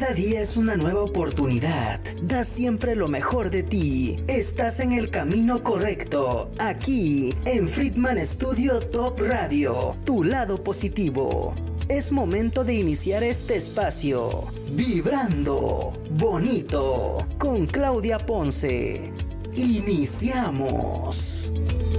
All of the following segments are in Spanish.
Cada día es una nueva oportunidad. Da siempre lo mejor de ti. Estás en el camino correcto. Aquí, en Friedman Studio Top Radio. Tu lado positivo. Es momento de iniciar este espacio. Vibrando Bonito. Con Claudia Ponce. Iniciamos.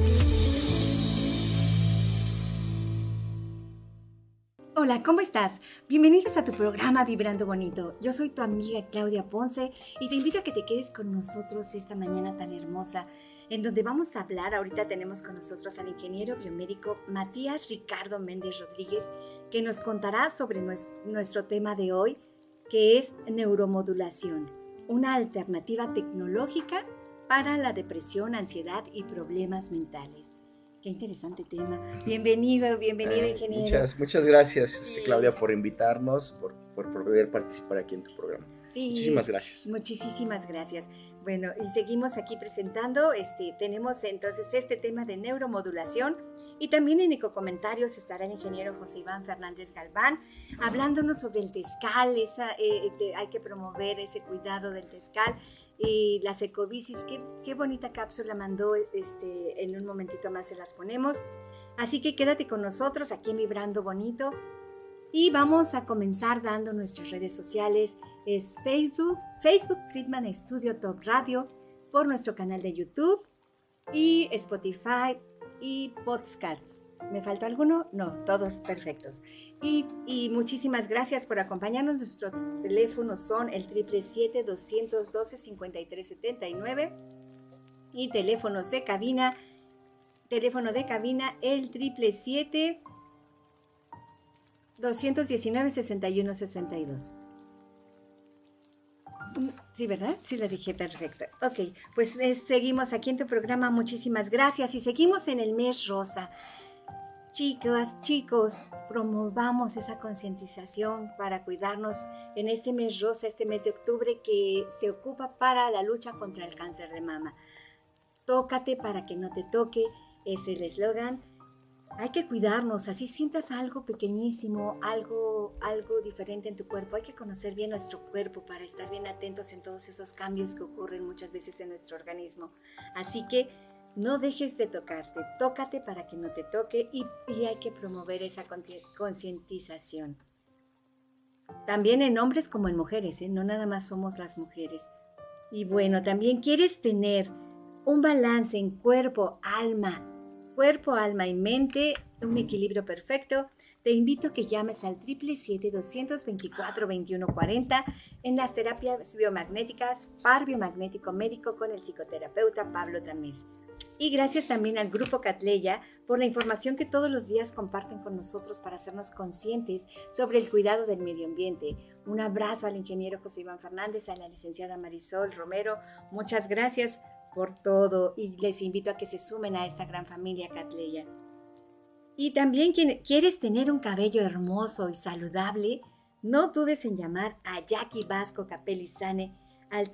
Hola, ¿cómo estás? Bienvenidos a tu programa Vibrando Bonito. Yo soy tu amiga Claudia Ponce y te invito a que te quedes con nosotros esta mañana tan hermosa, en donde vamos a hablar. Ahorita tenemos con nosotros al ingeniero biomédico Matías Ricardo Méndez Rodríguez, que nos contará sobre nuestro tema de hoy, que es neuromodulación, una alternativa tecnológica para la depresión, ansiedad y problemas mentales. Qué interesante tema. Bienvenido, ingeniero. Muchas gracias, Claudia, por invitarnos, por poder participar aquí en tu programa. Sí, muchísimas gracias. Muchísimas gracias. Bueno, y seguimos aquí presentando, tenemos entonces este tema de neuromodulación, y también en Ecocomentarios estará el ingeniero José Iván Fernández Galván hablándonos sobre el tezcal. Hay que promover ese cuidado del tezcal y las ecobicis. Qué bonita cápsula mandó, en un momentito más se las ponemos, así que quédate con nosotros aquí en Vibrando Bonito. Y vamos a comenzar dando nuestras redes sociales. Es Facebook Friedman Studio Top Radio, por nuestro canal de YouTube y Spotify y Podcast. ¿Me faltó alguno? No, todos perfectos. Y muchísimas gracias por acompañarnos. Nuestros teléfonos son el 777-212-5379 y teléfono de cabina el 777-219-6162. Sí, ¿verdad? Sí, lo dije perfecto. Ok, pues seguimos aquí en tu programa. Muchísimas gracias y seguimos en el mes rosa. Chicas, chicos, promovamos esa concientización para cuidarnos en este mes rosa, este mes de octubre, que se ocupa para la lucha contra el cáncer de mama. Tócate para que no te toque, es el eslogan. Hay que cuidarnos, así sientas algo pequeñísimo, algo diferente en tu cuerpo. Hay que conocer bien nuestro cuerpo para estar bien atentos en todos esos cambios que ocurren muchas veces en nuestro organismo. Así que no dejes de tocarte, tócate para que no te toque, y hay que promover esa concientización. También en hombres como en mujeres, no nada más somos las mujeres. Y bueno, también quieres tener un balance en cuerpo, alma y mente, un equilibrio perfecto. Te invito a que llames al 777-224-2140 en las terapias biomagnéticas Par Biomagnético Médico con el psicoterapeuta Pablo Tamés. Y gracias también al Grupo Catleya por la información que todos los días comparten con nosotros para hacernos conscientes sobre el cuidado del medio ambiente. Un abrazo al ingeniero José Iván Fernández, a la licenciada Marisol Romero. Muchas gracias por todo y les invito a que se sumen a esta gran familia Catleya. Y también, quien quieres tener un cabello hermoso y saludable, no dudes en llamar a Jackie Vasco Capelizane al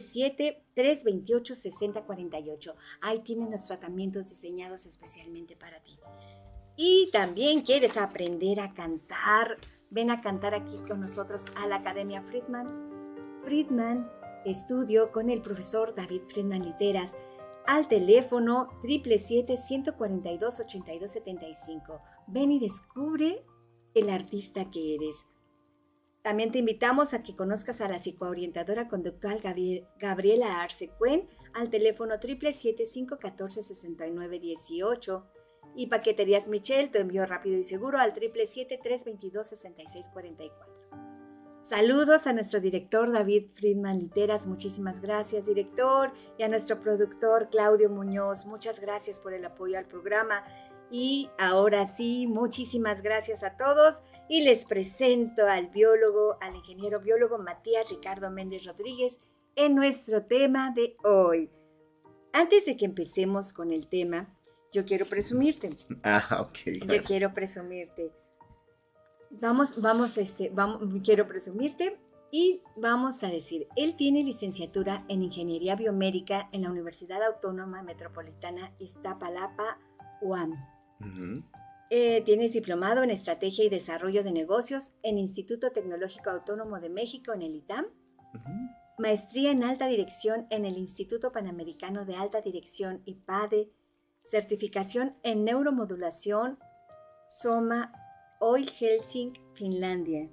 777-328-6048. Ahí tienen los tratamientos diseñados especialmente para ti. Y también quieres aprender a cantar, ven a cantar aquí con nosotros a la Academia Friedman Estudio con el profesor David Friedman Literas al teléfono 777-142-8275. Ven y descubre el artista que eres. También te invitamos a que conozcas a la psicoorientadora conductual Gabriela Arce Cuen al teléfono 777-514-6918 y Paqueterías Michel, tu envío rápido y seguro al 777-322-6644. Saludos a nuestro director David Friedman Literas, muchísimas gracias, director, y a nuestro productor Claudio Muñoz, muchas gracias por el apoyo al programa. Y ahora sí, muchísimas gracias a todos y les presento al ingeniero biólogo Matías Ricardo Méndez Rodríguez en nuestro tema de hoy. Antes de que empecemos con el tema, yo quiero presumirte. Yo quiero presumirte. Quiero presumirte y vamos a decir, él tiene licenciatura en Ingeniería Biomédica en la Universidad Autónoma Metropolitana Iztapalapa, UAM. Tienes diplomado en Estrategia y Desarrollo de Negocios en Instituto Tecnológico Autónomo de México en el ITAM. Maestría en Alta Dirección en el Instituto Panamericano de Alta Dirección IPADE. Certificación en Neuromodulación Soma Hoy Helsinki, Finlandia.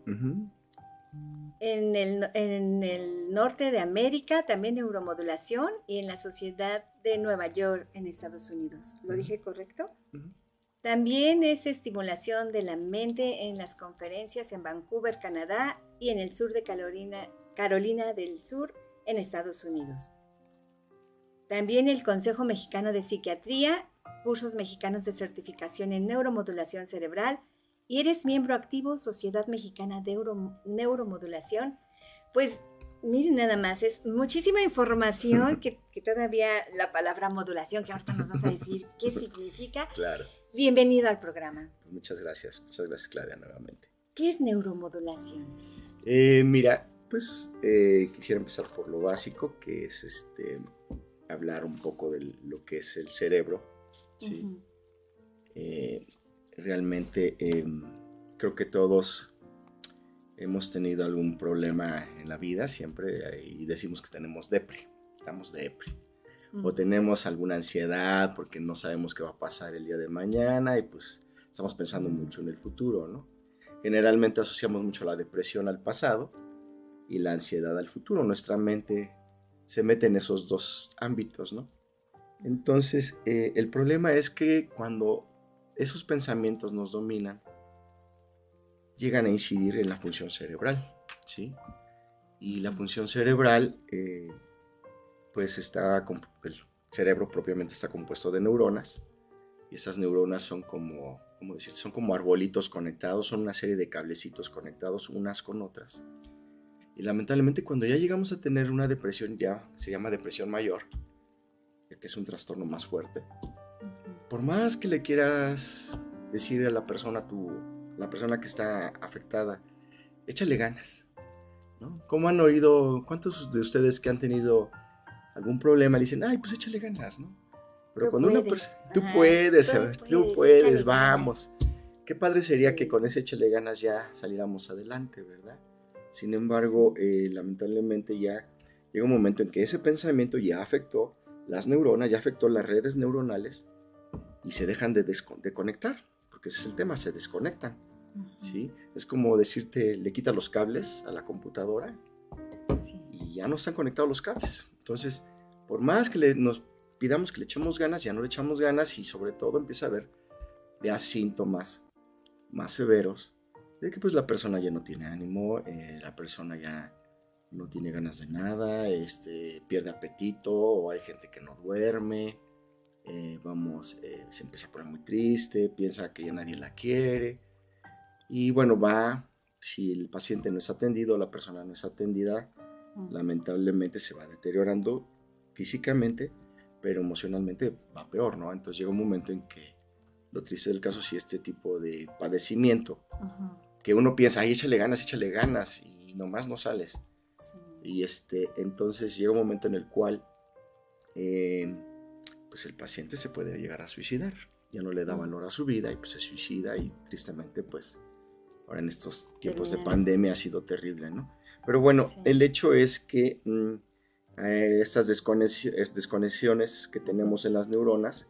En el norte de América, también neuromodulación, y en la Sociedad de Nueva York, en Estados Unidos. ¿Lo dije correcto? También es estimulación de la mente en las conferencias en Vancouver, Canadá, y en el sur de Carolina del Sur, en Estados Unidos. También el Consejo Mexicano de Psiquiatría, cursos mexicanos de certificación en neuromodulación cerebral, y eres miembro activo Sociedad Mexicana de Neuromodulación. Pues miren nada más, es muchísima información que todavía la palabra modulación, que ahorita nos vas a decir qué significa. Claro. Bienvenido al programa. Muchas gracias Claudia, nuevamente. ¿Qué es neuromodulación? Mira, pues quisiera empezar por lo básico, que es hablar un poco de lo que es el cerebro, ¿sí? Realmente creo que todos hemos tenido algún problema en la vida siempre y decimos que estamos depre. O tenemos alguna ansiedad porque no sabemos qué va a pasar el día de mañana y pues estamos pensando mucho en el futuro, ¿no? Generalmente asociamos mucho la depresión al pasado y la ansiedad al futuro. Nuestra mente se mete en esos dos ámbitos, ¿no? Entonces, el problema es que cuando esos pensamientos nos dominan, llegan a incidir en la función cerebral, ¿sí? Y la función cerebral, pues el cerebro propiamente está compuesto de neuronas, y esas neuronas son son como arbolitos conectados, son una serie de cablecitos conectados unas con otras. Y lamentablemente cuando ya llegamos a tener una depresión, ya se llama depresión mayor, que es un trastorno más fuerte, por más que le quieras decir a la persona que está afectada, échale ganas, ¿no? ¿Cómo han oído, cuántos de ustedes que han tenido algún problema le dicen, ay, pues échale ganas, ¿no? Pero cuando una persona, tú puedes, vamos. Qué padre sería que con ese échale ganas ya saliéramos adelante, ¿verdad? Sin embargo, lamentablemente ya llega un momento en que ese pensamiento ya afectó las neuronas, ya afectó las redes neuronales y se dejan de conectar, porque ese es el tema, se desconectan, ¿sí? Es como decirte, le quitas los cables a la computadora y ya no están conectados los cables. Entonces, por más que nos pidamos que le echemos ganas, ya no le echamos ganas y sobre todo empieza a haber ya síntomas más severos de que pues la persona ya no tiene ánimo, la persona ya no tiene ganas de nada, pierde apetito, o hay gente que no duerme, se empieza a poner muy triste, piensa que ya nadie la quiere, y bueno, si el paciente no es atendido, la persona no es atendida, lamentablemente se va deteriorando físicamente, pero emocionalmente va peor, ¿no? Entonces llega un momento en que lo triste del caso, si este tipo de padecimiento, que uno piensa, ay, échale ganas, y nomás no sales. Sí. Y entonces llega un momento en el cual pues el paciente se puede llegar a suicidar, ya no le da valor a su vida y pues se suicida, y tristemente pues ahora en estos tiempos de pandemia ha sido terrible, ¿no? Pero bueno, el hecho es que estas desconexiones que tenemos en las neuronas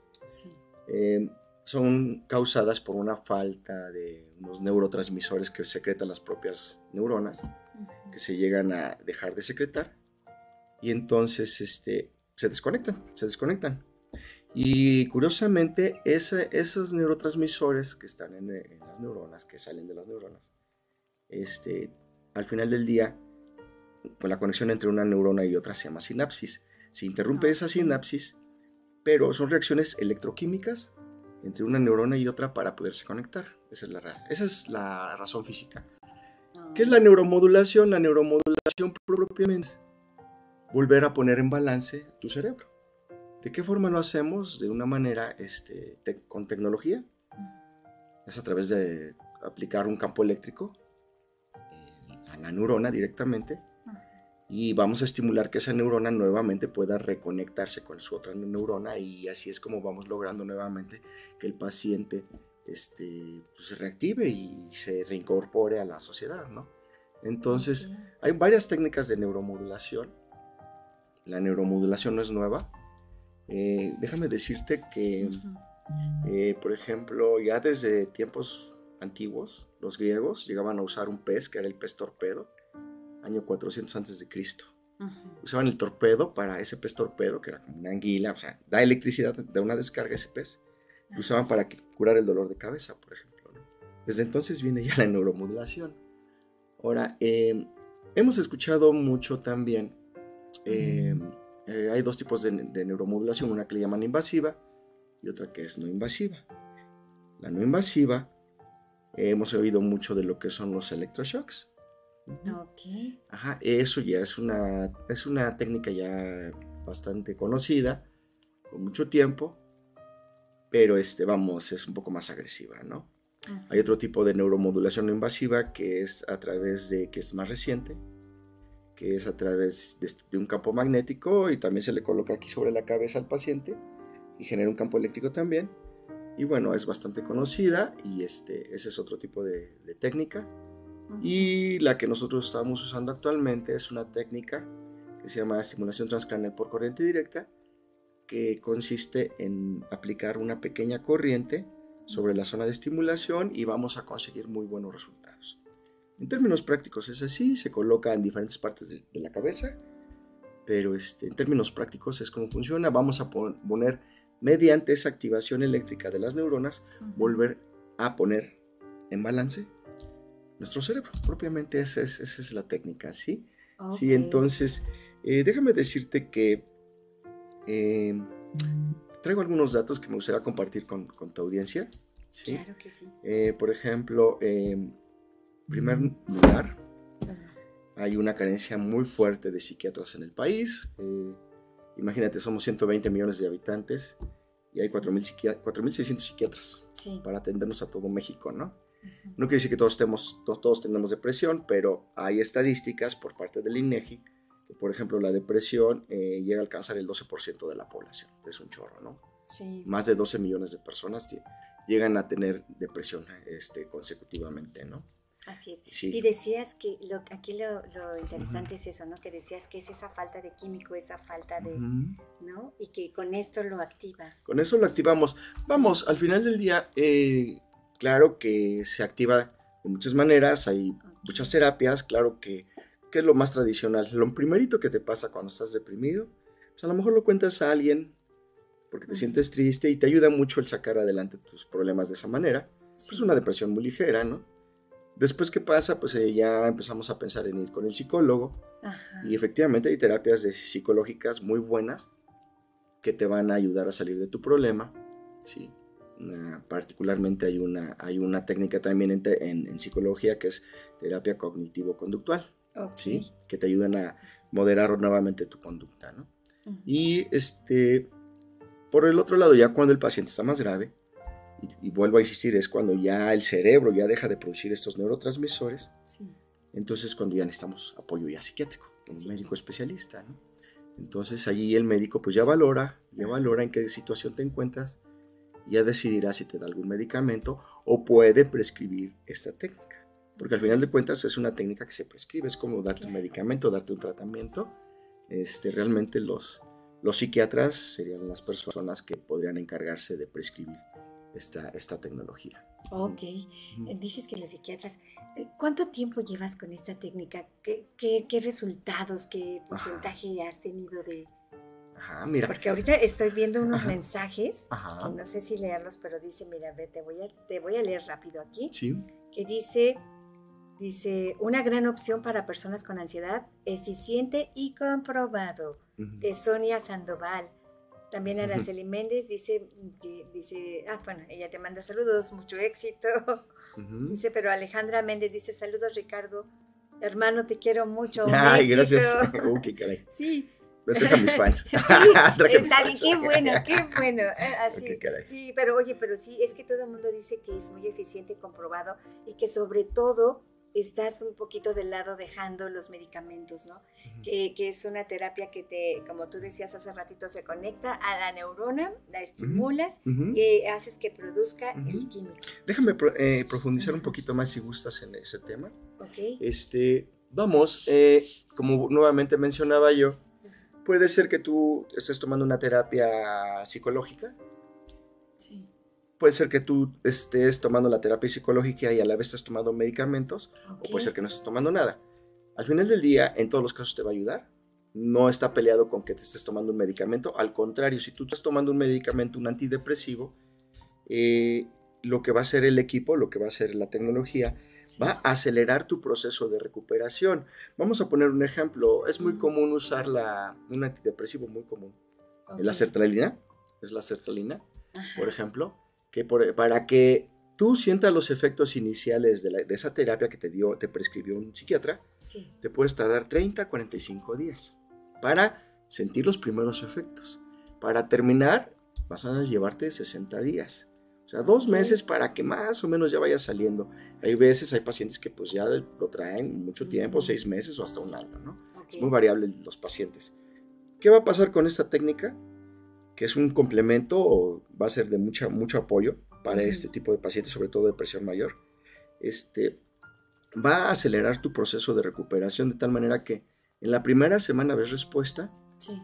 son causadas por una falta de unos neurotransmisores que secretan las propias neuronas, que se llegan a dejar de secretar, y entonces se desconectan. Y curiosamente, esos neurotransmisores que están en las neuronas, que salen de las neuronas, al final del día, pues la conexión entre una neurona y otra se llama sinapsis. Se interrumpe esa sinapsis, pero son reacciones electroquímicas entre una neurona y otra para poderse conectar. Esa es la razón física. ¿Qué es la neuromodulación? La neuromodulación propiamente es volver a poner en balance tu cerebro. ¿De qué forma lo hacemos? De una manera con tecnología. Es a través de aplicar un campo eléctrico a la neurona directamente, y vamos a estimular que esa neurona nuevamente pueda reconectarse con su otra neurona, y así es como vamos logrando nuevamente que el paciente pues, se reactive y se reincorpore a la sociedad, ¿no? Entonces, hay varias técnicas de neuromodulación. La neuromodulación no es nueva. Déjame decirte que, por ejemplo, ya desde tiempos antiguos, los griegos llegaban a usar un pez, que era el pez torpedo, año 400 antes de Cristo. Usaban el torpedo para ese pez torpedo, que era como una anguila, o sea, da electricidad, da una descarga ese pez. Lo usaban para curar el dolor de cabeza, por ejemplo, ¿no? Desde entonces viene ya la neuromodulación. Ahora, hemos escuchado mucho también, hay dos tipos de neuromodulación, una que le llaman invasiva y otra que es no invasiva. La no invasiva, hemos oído mucho de lo que son los electroshocks. Ajá, eso ya es una técnica ya bastante conocida, con mucho tiempo, pero vamos, es un poco más agresiva, ¿no? Hay otro tipo de neuromodulación no invasiva que es a través de, que es más reciente, que es a través de un campo magnético y también se le coloca aquí sobre la cabeza al paciente y genera un campo eléctrico también. Y bueno, es bastante conocida y ese es otro tipo de técnica. Y la que nosotros estamos usando actualmente es una técnica que se llama estimulación transcraneal por corriente directa, que consiste en aplicar una pequeña corriente sobre la zona de estimulación y vamos a conseguir muy buenos resultados. En términos prácticos es así, se coloca en diferentes partes de la cabeza, pero en términos prácticos es como funciona. Vamos a poner, mediante esa activación eléctrica de las neuronas, volver a poner en balance nuestro cerebro. Propiamente esa es la técnica, ¿sí? Sí, entonces, déjame decirte que traigo algunos datos que me gustaría compartir con tu audiencia, ¿sí? Claro que sí. Por ejemplo, en primer lugar, hay una carencia muy fuerte de psiquiatras en el país. Imagínate, somos 120 millones de habitantes y hay 4.600 psiquiatras para atendernos a todo México, ¿no? No quiere decir que todos tenemos depresión, pero hay estadísticas por parte del INEGI que, por ejemplo, la depresión llega a alcanzar el 12% de la población. Es un chorro, ¿no? Sí. Más de 12 millones de personas llegan a tener depresión consecutivamente, ¿no? Así es. Sí. Y decías que aquí lo interesante es eso, ¿no? Que decías que es esa falta de químico, esa falta de, ¿no? Y que con esto lo activas. Con eso lo activamos. Vamos, al final del día, claro que se activa de muchas maneras, hay muchas terapias, claro que es lo más tradicional. Lo primerito que te pasa cuando estás deprimido, pues a lo mejor lo cuentas a alguien porque te sientes triste y te ayuda mucho el sacar adelante tus problemas de esa manera. Sí. Es una depresión muy ligera, ¿no? Después, ¿qué pasa? Pues ya empezamos a pensar en ir con el psicólogo. Y efectivamente hay terapias psicológicas muy buenas que te van a ayudar a salir de tu problema, ¿sí? Particularmente hay una técnica también en psicología que es terapia cognitivo-conductual, ¿sí? Que te ayudan a moderar nuevamente tu conducta, ¿no? Y por el otro lado, ya cuando el paciente está más grave, y vuelvo a insistir, es cuando ya el cerebro ya deja de producir estos neurotransmisores, entonces cuando ya necesitamos apoyo ya psiquiátrico, un médico especialista, ¿no? Entonces allí el médico pues ya valora en qué situación te encuentras, ya decidirá si te da algún medicamento o puede prescribir esta técnica. Porque al final de cuentas es una técnica que se prescribe, es como darte un medicamento, darte un tratamiento. Realmente los psiquiatras serían las personas que podrían encargarse de prescribir esta tecnología. Ok. Dices que los psiquiatras, ¿cuánto tiempo llevas con esta técnica? ¿Qué resultados, qué porcentaje has tenido de...? Mira. Porque ahorita estoy viendo unos mensajes, que no sé si leerlos, pero dice, mira, te voy a leer rápido aquí, que dice, una gran opción para personas con ansiedad, eficiente y comprobado, de Sonia Sandoval. También Araceli Méndez dice, bueno, ella te manda saludos, mucho éxito. Dice, pero Alejandra Méndez dice, saludos Ricardo, hermano, te quiero mucho. Ay, gracias. Qué caray. Sí. Deja mis fans. Sí, está bien, qué bueno. Así, pero sí, es que todo el mundo dice que es muy eficiente y comprobado y que sobre todo estás un poquito del lado dejando los medicamentos, ¿no? Que es una terapia que te, como tú decías hace ratito, se conecta a la neurona, la estimulas y haces que produzca el químico. Déjame profundizar un poquito más si gustas en ese tema. Ok. Vamos, como nuevamente mencionaba yo, puede ser que tú estés tomando una terapia psicológica. Sí. Puede ser que tú estés tomando la terapia psicológica y a la vez estés tomando medicamentos, o puede ser que no estés tomando nada. Al final del día, en todos los casos te va a ayudar. No está peleado con que te estés tomando un medicamento. Al contrario, si tú estás tomando un medicamento, un antidepresivo, lo que va a hacer el equipo, lo que va a hacer la tecnología, va a acelerar tu proceso de recuperación. Vamos a poner un ejemplo. Es muy común usar un antidepresivo muy común. La sertralina, es la sertralina, por ejemplo, que para que tú sientas los efectos iniciales de esa terapia que te prescribió un psiquiatra, te puedes tardar 30 a 45 días para sentir los primeros efectos. Para terminar, vas a llevarte 60 días. O sea, 2 meses para que más o menos ya vaya saliendo. Hay pacientes que pues ya lo traen mucho tiempo, 6 meses o hasta un año, ¿no? Es muy variable los pacientes. ¿Qué va a pasar con esta técnica? Que es un complemento o va a ser de mucho apoyo para este tipo de pacientes, sobre todo de presión mayor. Va a acelerar tu proceso de recuperación de tal manera que en la primera semana ves respuesta. Sí.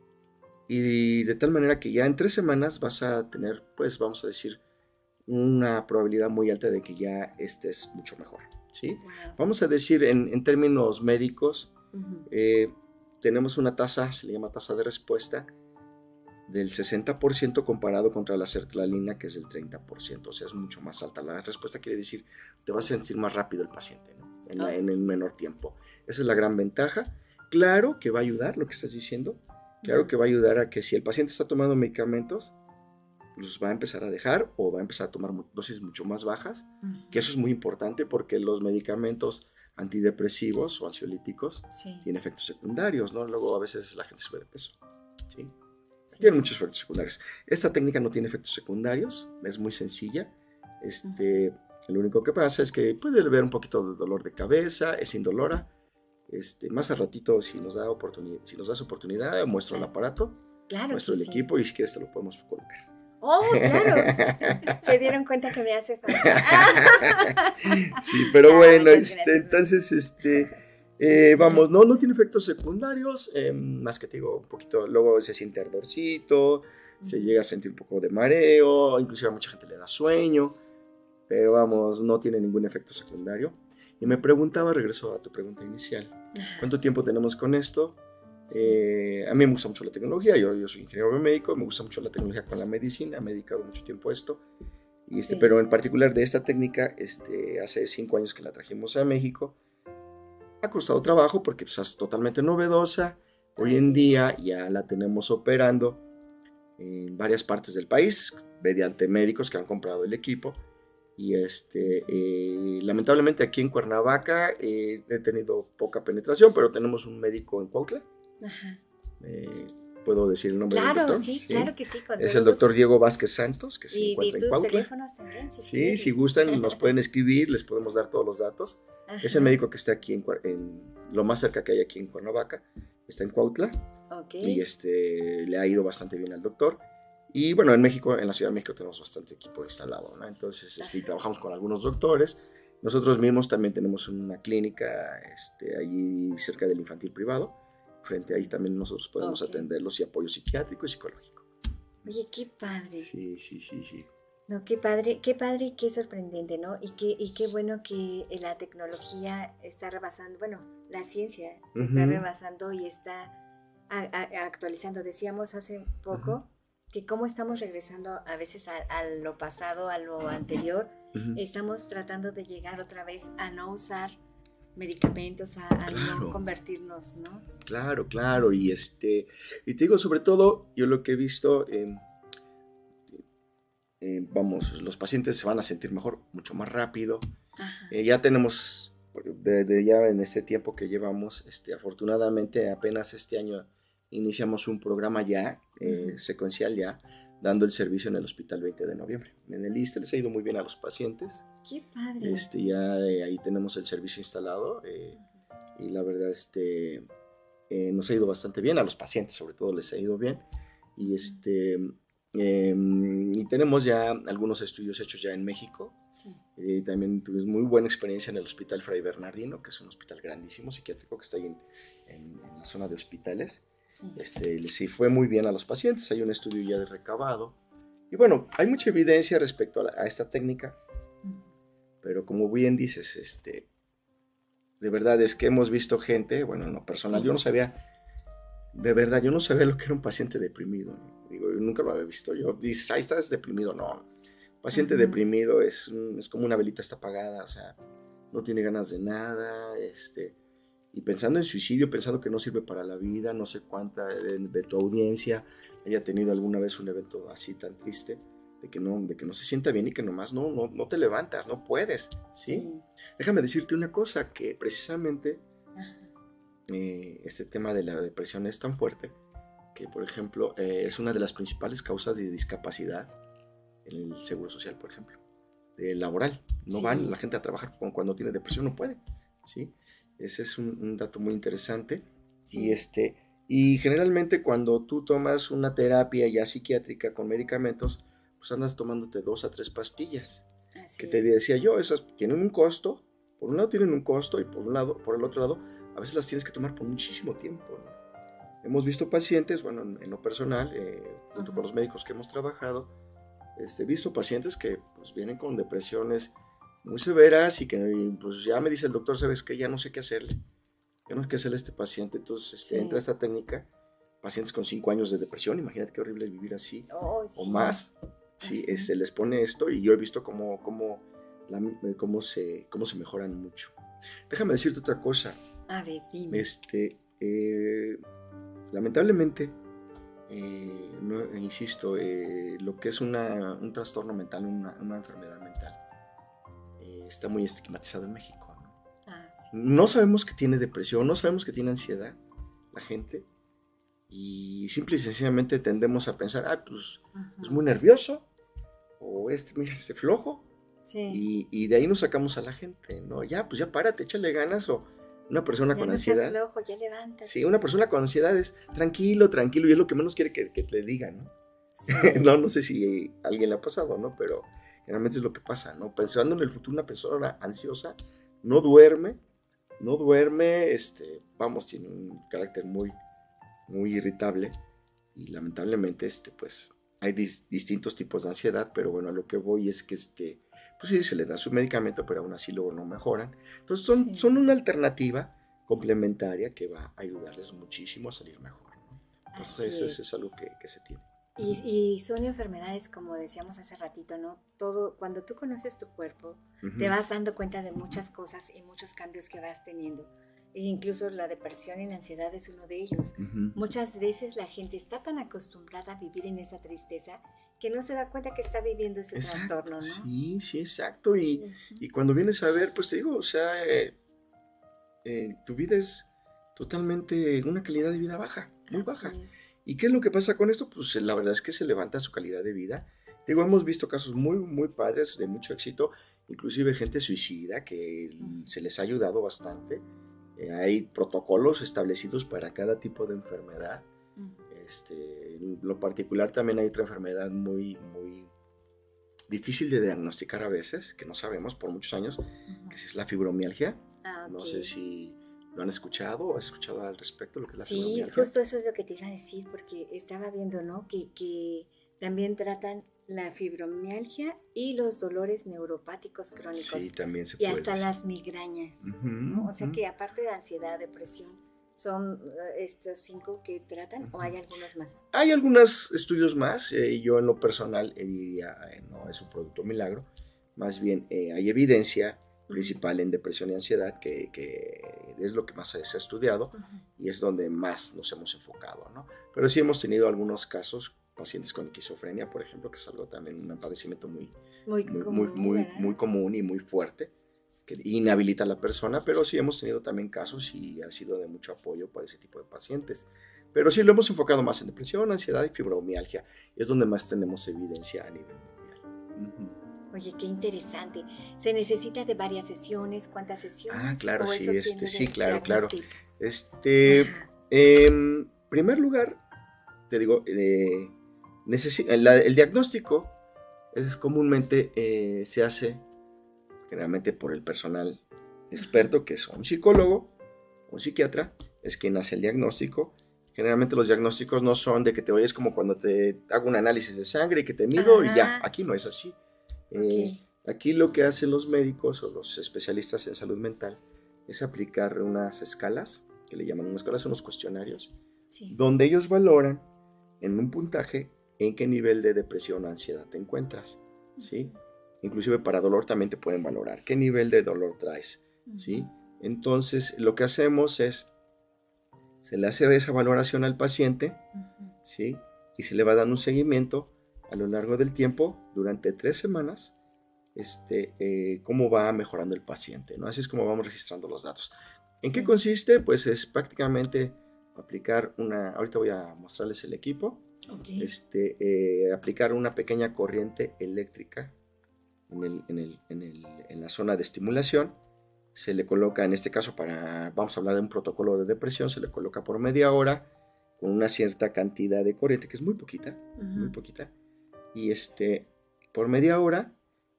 Y de tal manera que ya en 3 semanas vas a tener, pues vamos a decir, una probabilidad muy alta de que ya estés mucho mejor, ¿sí? Wow. Vamos a decir, en términos médicos, tenemos una tasa, se le llama tasa de respuesta, del 60% comparado contra la sertralina, que es del 30%, o sea, es mucho más alta. La respuesta quiere decir, te vas a sentir más rápido el paciente, ¿no? En el menor tiempo. Esa es la gran ventaja. Claro que va a ayudar lo que estás diciendo, claro que va a ayudar a que si el paciente está tomando medicamentos, los va a empezar a dejar o va a empezar a tomar dosis mucho más bajas, que eso es muy importante porque los medicamentos antidepresivos o ansiolíticos tienen efectos secundarios, ¿no? Luego a veces la gente sube de peso, ¿sí? Tiene muchos efectos secundarios. Esta técnica no tiene efectos secundarios, es muy sencilla. Lo único que pasa es que puede haber un poquito de dolor de cabeza, es indolora. Más al ratito, si nos das oportunidad, muestro el aparato, muestro el equipo y si quieres te lo podemos colocar. ¡Oh, claro! Se dieron cuenta que me hace falta. Sí, pero bueno, entonces, vamos, no tiene efectos secundarios, más que te digo, un poquito, luego se siente ardorcito, se llega a sentir un poco de mareo, inclusive a mucha gente le da sueño, pero vamos, no tiene ningún efecto secundario. Y me preguntaba, regreso a tu pregunta inicial, ¿cuánto tiempo tenemos con esto? A mí me gusta mucho la tecnología, yo soy ingeniero biomédico, me gusta mucho la tecnología con la medicina, me he dedicado mucho tiempo a esto, y pero en particular de esta técnica, hace 5 años que la trajimos a México. Ha costado trabajo porque pues, es totalmente novedosa. Hoy en día ya la tenemos operando en varias partes del país mediante médicos que han comprado el equipo. Y lamentablemente aquí en Cuernavaca he tenido poca penetración, pero tenemos un médico en Cuautla. ¿Puedo decir el nombre del doctor? Sí, claro que sí. Es el doctor Diego Vázquez Santos, que se encuentra en Cuautla. ¿Y tus teléfonos también? Sí, si gustan nos pueden escribir, les podemos dar todos los datos. Es el médico que está aquí en lo más cerca que hay aquí en Cuernavaca, está en Cuautla. Y le ha ido bastante bien al doctor. Y bueno, en México, en la Ciudad de México tenemos bastante equipo instalado, ¿no? Entonces trabajamos con algunos doctores. Nosotros mismos también tenemos una clínica allí cerca del infantil privado. Frente ahí también nosotros podemos atenderlos y apoyo psiquiátrico y psicológico. Oye, qué padre. Sí. No, qué padre y qué sorprendente, ¿no? Y qué bueno que la tecnología está rebasando, bueno, la ciencia está rebasando y está actualizando. Decíamos hace poco que cómo estamos regresando a veces a lo pasado, a lo anterior. Estamos tratando de llegar otra vez a no usar medicamentos, a no convertirnos, ¿no? Claro, y te digo, sobre todo, yo lo que he visto, los pacientes se van a sentir mejor, mucho más rápido. Ya tenemos, ya en este tiempo que llevamos, afortunadamente apenas este año iniciamos un programa ya, secuencial ya, dando el servicio en el Hospital 20 de Noviembre. En el ISSSTE les ha ido muy bien a los pacientes. ¡Qué padre! Ya ahí tenemos el servicio instalado y la verdad nos ha ido bastante bien, a los pacientes sobre todo les ha ido bien. Y, y tenemos ya algunos estudios hechos ya en México. Sí. También tuvimos muy buena experiencia en el Hospital Fray Bernardino, que es un hospital grandísimo, psiquiátrico, que está ahí en la zona de hospitales. Sí. Sí fue muy bien a los pacientes, hay un estudio ya de recabado. Y bueno, hay mucha evidencia respecto a esta técnica, pero como bien dices, de verdad es que hemos visto gente, bueno, en lo personal, yo no sabía, de verdad, yo no sabía lo que era un paciente deprimido. Digo, yo nunca lo había visto. Yo dices, ahí estás deprimido. No, paciente deprimido es como una velita está apagada, o sea, no tiene ganas de nada, y pensando en suicidio, pensando que no sirve para la vida. No sé cuánta de tu audiencia haya tenido alguna vez un evento así tan triste, de que no se sienta bien y que nomás no te levantas, no puedes, ¿sí? Déjame decirte una cosa, que precisamente este tema de la depresión es tan fuerte que, por ejemplo, es una de las principales causas de discapacidad en el Seguro Social, por ejemplo, laboral. No van la gente a trabajar cuando tiene depresión, no puede, ¿sí? Ese es un dato muy interesante. Sí. Y generalmente cuando tú tomas una terapia ya psiquiátrica con medicamentos, pues andas tomándote 2 a 3 pastillas. Así que te decía yo, esas tienen un costo. Por un lado tienen un costo y por el otro lado a veces las tienes que tomar por muchísimo tiempo, ¿no? Hemos visto pacientes, bueno, en lo personal, junto con los médicos que hemos trabajado, he visto pacientes que pues vienen con depresiones muy severas y que pues ya me dice el doctor, ¿sabes qué? Ya no sé qué hacerle. Ya no sé qué hacerle a este paciente. Entonces entra esta técnica, pacientes con 5 años de depresión, imagínate qué horrible vivir así, o más. Sí, se les pone esto y yo he visto cómo se mejoran mucho. Déjame decirte otra cosa. A ver, dime. Lamentablemente, insisto, lo que es un trastorno mental, una enfermedad mental, está muy estigmatizado en México, ¿no? Sí. No sabemos que tiene depresión, no sabemos que tiene ansiedad la gente, y simple y sencillamente tendemos a pensar, pues es muy nervioso, o mira, ese flojo, y de ahí nos sacamos a la gente, ¿no? Pues ya párate, échale ganas, o una persona con ansiedad. Ya no seas flojo, ya levántate. Sí, una persona con ansiedad es tranquilo, y es lo que menos quiere que te digan, ¿no? Sí. No sé si a alguien le ha pasado, ¿no? Pero generalmente es lo que pasa, ¿no? Pensando en el futuro, una persona ansiosa no duerme, tiene un carácter muy, muy irritable, y lamentablemente, pues, hay distintos tipos de ansiedad, pero bueno, a lo que voy es que, pues sí, se le da su medicamento, pero aún así luego no mejoran. Entonces son una alternativa complementaria que va a ayudarles muchísimo a salir mejor, ¿no? Entonces eso es algo que se tiene. Y son enfermedades, como decíamos hace ratito, ¿no? Cuando tú conoces tu cuerpo, te vas dando cuenta de muchas cosas y muchos cambios que vas teniendo. E incluso la depresión y la ansiedad es uno de ellos. Muchas veces la gente está tan acostumbrada a vivir en esa tristeza que no se da cuenta que está viviendo ese trastorno, ¿no? Sí, exacto. Y cuando vienes a ver, pues te digo, o sea, tu vida es totalmente una calidad de vida baja, muy baja. ¿Y qué es lo que pasa con esto? Pues la verdad es que se levanta su calidad de vida. Digo, hemos visto casos muy, muy padres, de mucho éxito, inclusive gente suicida que se les ha ayudado bastante. Hay protocolos establecidos para cada tipo de enfermedad. En lo particular también hay otra enfermedad muy, muy difícil de diagnosticar a veces, que no sabemos por muchos años, que es la fibromialgia. Okay. No sé si lo han escuchado o has escuchado al respecto lo que es la fibromialgia. Sí, justo eso es lo que te iba a decir, porque estaba viendo, ¿no? Que también tratan la fibromialgia y los dolores neuropáticos crónicos. Sí, también se puede. Y hasta las migrañas, ¿no? O sea que aparte de ansiedad, depresión, ¿son estos 5 que tratan o hay algunos más? Hay algunos estudios más. Yo en lo personal diría, no es un producto milagro. Más bien hay evidencia principal en depresión y ansiedad, que es lo que más se ha estudiado y es donde más nos hemos enfocado, ¿no? Pero sí hemos tenido algunos casos, pacientes con esquizofrenia, por ejemplo, que es algo también un padecimiento muy común y muy fuerte. que inhabilita a la persona, pero sí hemos tenido también casos y ha sido de mucho apoyo para ese tipo de pacientes. Pero sí lo hemos enfocado más en depresión, ansiedad y fibromialgia. Es donde más tenemos evidencia a nivel mundial. Oye, qué interesante. ¿Se necesita de varias sesiones? ¿Cuántas sesiones? Ah, claro, ¿O sí, eso tiene sí, de claro. diagnóstico? Ajá. En primer lugar, te digo, el diagnóstico es comúnmente se hace generalmente por el personal experto, que es un psicólogo, un psiquiatra, es quien hace el diagnóstico. Generalmente los diagnósticos no son de que te oyes como cuando te hago un análisis de sangre y que te mido y ya. Aquí no es así. Okay. Aquí lo que hacen los médicos o los especialistas en salud mental es aplicar unas escalas, que le llaman unas escalas, unos cuestionarios, Sí. donde ellos valoran en un puntaje en qué nivel de depresión o ansiedad te encuentras, ¿sí? Inclusive para dolor también te pueden valorar qué nivel de dolor traes, ¿sí? Entonces lo que hacemos es, se le hace esa valoración al paciente, ¿sí? Y se le va dando un seguimiento a lo largo del tiempo, durante 3 semanas, cómo va mejorando el paciente, ¿no? Así es como vamos registrando los datos. ¿En qué consiste? Pues es prácticamente aplicar ahorita voy a mostrarles el equipo, aplicar una pequeña corriente eléctrica en la zona de estimulación. Se le coloca, en este caso vamos a hablar de un protocolo de depresión, se le coloca por media hora con una cierta cantidad de corriente, que es muy poquita, y por media hora,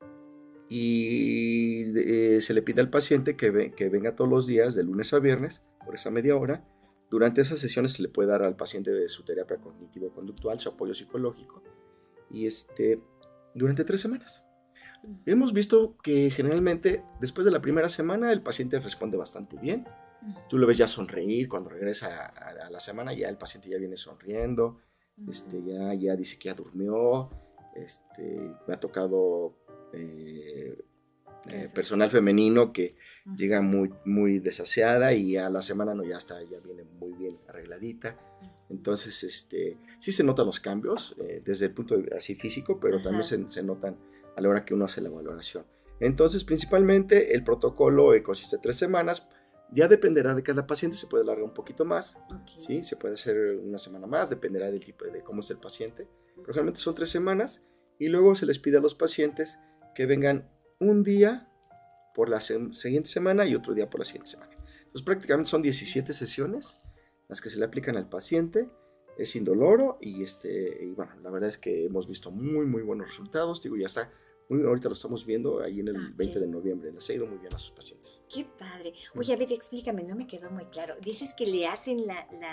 y se le pide al paciente que venga todos los días, de lunes a viernes, por esa media hora. Durante esas sesiones se le puede dar al paciente su terapia cognitivo-conductual, su apoyo psicológico, y durante 3 semanas. Hemos visto que generalmente después de la primera semana el paciente responde bastante bien. Tú lo ves ya sonreír, cuando regresa a la semana ya el paciente ya viene sonriendo, ya dice que ya durmió. Me ha tocado personal femenino que llega muy, muy desasiada y a la semana ya viene muy bien arregladita. Entonces, sí se notan los cambios desde el punto de vista así físico, pero también se notan a la hora que uno hace la valoración. Entonces, principalmente el protocolo consiste en 3 semanas. Ya dependerá de cada paciente, se puede alargar un poquito más, ¿sí? Se puede hacer una semana más, dependerá del tipo de cómo es el paciente. Pero generalmente son 3 semanas y luego se les pide a los pacientes que vengan un día por la siguiente semana y otro día por la siguiente semana. Entonces prácticamente son 17 sesiones las que se le aplican al paciente. Es indoloro y bueno, la verdad es que hemos visto muy, muy buenos resultados. Digo, ya está, ahorita lo estamos viendo ahí en el 20 de noviembre. Les ha ido muy bien a sus pacientes. Qué padre. Oye, a ver, explícame, no me quedó muy claro. Dices que le hacen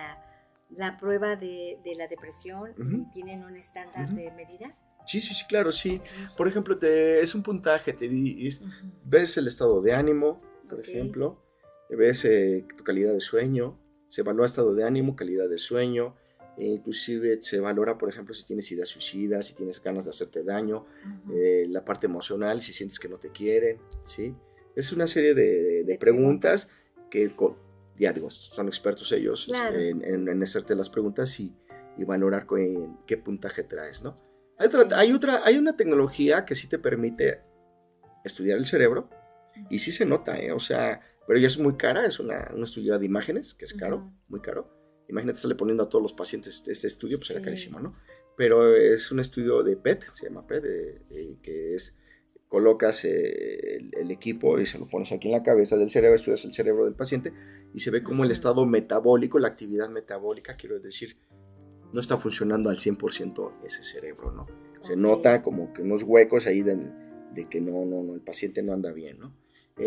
la prueba de la depresión y tienen un estándar de medidas. Sí, claro, sí. Por ejemplo, es un puntaje, ves el estado de ánimo, por ejemplo, ves tu calidad de sueño, se evalúa estado de ánimo, calidad de sueño, inclusive se valora, por ejemplo, si tienes ideas suicidas, si tienes ganas de hacerte daño, la parte emocional, si sientes que no te quieren, ¿sí? Es una serie de preguntas que, ya digo, son expertos ellos, claro, en hacerte las preguntas y valorar qué puntaje traes, ¿no? Hay una tecnología que sí te permite estudiar el cerebro y sí se nota, o sea, pero ya es muy cara, es un estudio de imágenes que es caro, muy caro. Imagínate estarle poniendo a todos los pacientes este estudio, pues era carísimo, ¿no? Pero es un estudio de PET, se llama PET, que colocas el equipo y se lo pones aquí en la cabeza del cerebro, estudias el cerebro del paciente y se ve como el estado metabólico, la actividad metabólica, quiero decir, no está funcionando al 100% ese cerebro, ¿no? Se nota como que unos huecos ahí de que no, el paciente no anda bien, ¿no?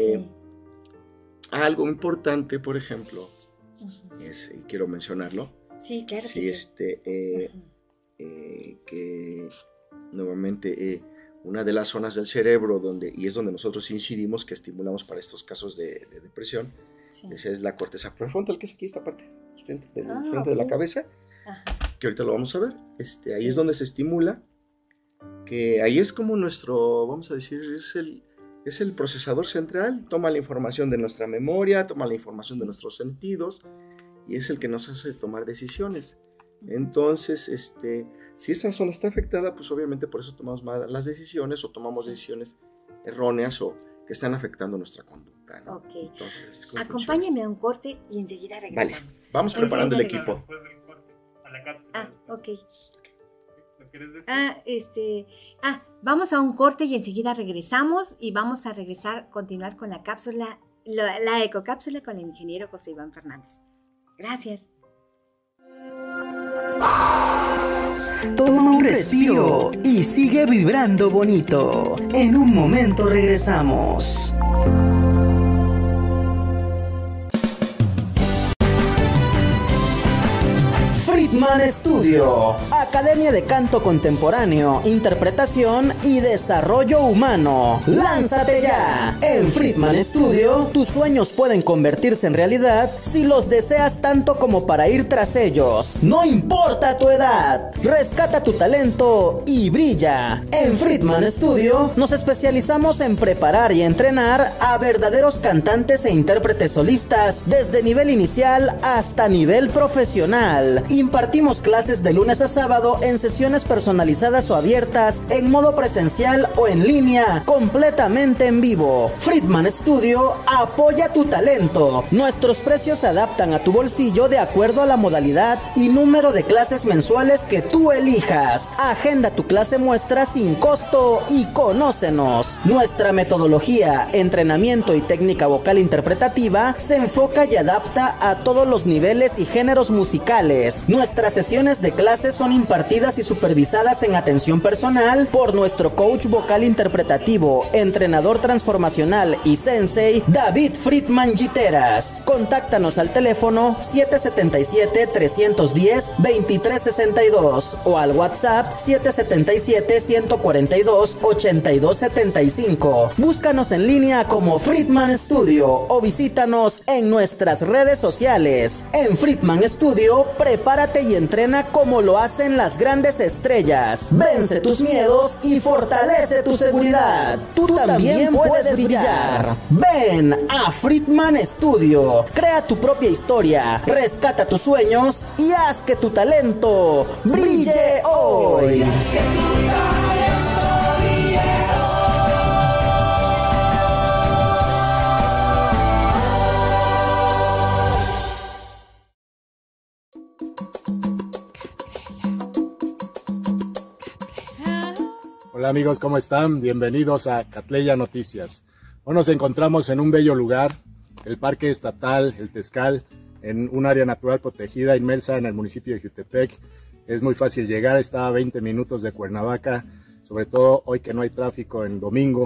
Algo importante, por ejemplo, y quiero mencionarlo. Sí, claro sí, que sí. Que nuevamente una de las zonas del cerebro y es donde nosotros incidimos, que estimulamos para estos casos de depresión, esa es la corteza prefrontal, que es aquí esta parte, frente de la cabeza, que ahorita lo vamos a ver. Ahí es donde se estimula, que ahí es como nuestro, vamos a decir, es el procesador central, toma la información de nuestra memoria, toma la información de nuestros sentidos y es el que nos hace tomar decisiones. Entonces, si esa zona está afectada, pues obviamente por eso tomamos malas decisiones o tomamos decisiones erróneas o que están afectando nuestra conducta, ¿no? Ok. Entonces, así es como Acompáñame a un corte y enseguida regresamos. Vale, vamos preparando el Enseguida equipo. Ok. Vamos a un corte y enseguida regresamos y vamos a continuar con la cápsula, la ecocápsula con el ingeniero José Iván Fernández. Gracias. Toma un respiro y sigue vibrando bonito. En un momento regresamos. Friedman Studio, Academia de Canto Contemporáneo, Interpretación y Desarrollo Humano. ¡Lánzate ya! En Friedman Studio, tus sueños pueden convertirse en realidad si los deseas tanto como para ir tras ellos. No importa tu edad, rescata tu talento y brilla. En Friedman Studio, nos especializamos en preparar y entrenar a verdaderos cantantes e intérpretes solistas desde nivel inicial hasta nivel profesional. Impartimos clases de lunes a sábado en sesiones personalizadas o abiertas, en modo presencial o en línea, completamente en vivo. Friedman Studio apoya tu talento. Nuestros precios se adaptan a tu bolsillo de acuerdo a la modalidad y número de clases mensuales que tú elijas. Agenda tu clase muestra sin costo y conócenos. Nuestra metodología, entrenamiento y técnica vocal interpretativa se enfoca y adapta a todos los niveles y géneros musicales. Nuestras sesiones de clases son impartidas y supervisadas en atención personal por nuestro coach vocal interpretativo, entrenador transformacional y sensei David Friedman Giteras. Contáctanos al teléfono 777-310-2362 o al WhatsApp 777-142-8275. Búscanos en línea como Friedman Studio o visítanos en nuestras redes sociales. En Friedman Studio, prepárate y entrena como lo hacen las grandes estrellas. Vence tus miedos y fortalece tu seguridad. Tú también puedes brillar. Ven a Friedman Studio. Crea tu propia historia, rescata tus sueños y haz que tu talento brille hoy. Hola amigos, ¿cómo están? Bienvenidos a Catleya Noticias. Hoy nos encontramos en un bello lugar, el Parque Estatal El Tezcal, en un área natural protegida inmersa en el municipio de Jiutepec. Es muy fácil llegar, está a 20 minutos de Cuernavaca, sobre todo hoy que no hay tráfico en domingo.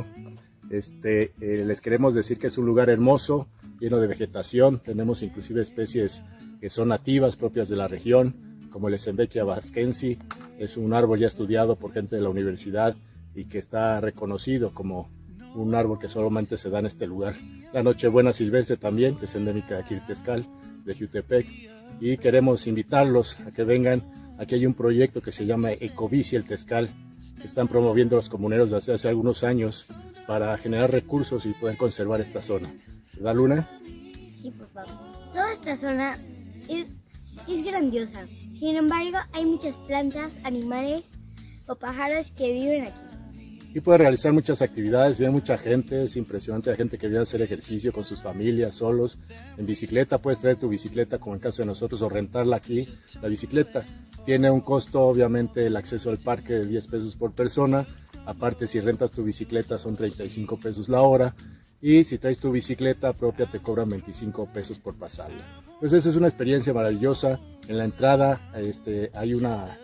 Les queremos decir que es un lugar hermoso, lleno de vegetación. Tenemos inclusive especies que son nativas, propias de la región, como el Esembechia vasquensi. Es un árbol ya estudiado por gente de la universidad y que está reconocido como un árbol que solamente se da en este lugar. La nochebuena silvestre también, que es endémica de aquí del Tezcal, de Jiutepec, y queremos invitarlos a que vengan. Aquí hay un proyecto que se llama Ecobici El Tezcal, que están promoviendo los comuneros desde hace algunos años para generar recursos y poder conservar esta zona. ¿Verdad, Luna? Sí, por favor. Toda esta zona es grandiosa. Sin embargo, hay muchas plantas, animales o pájaros que viven aquí. Aquí puedes realizar muchas actividades, viene mucha gente, es impresionante la gente que viene a hacer ejercicio con sus familias, solos. En bicicleta, puedes traer tu bicicleta como en el caso de nosotros o rentarla aquí. La bicicleta tiene un costo, obviamente, el acceso al parque de 10 pesos por persona. Aparte, si rentas tu bicicleta son 35 pesos la hora. Y si traes tu bicicleta propia te cobran 25 pesos por pasarla. Entonces esa es una experiencia maravillosa. En la entrada hay una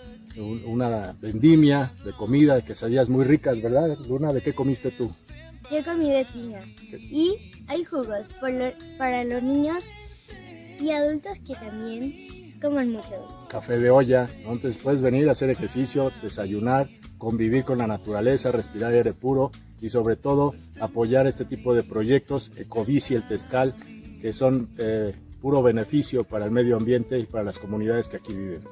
vendimia de comida, de quesadillas muy ricas, ¿verdad, Luna? ¿De qué comiste tú? Yo comí de piña. Y hay jugos para los niños y adultos que también comen mucho dulce. Café de olla, ¿no? Entonces puedes venir a hacer ejercicio, desayunar, convivir con la naturaleza, respirar aire puro y sobre todo apoyar este tipo de proyectos, Ecobici El Tezcal, que son puro beneficio para el medio ambiente y para las comunidades que aquí viven.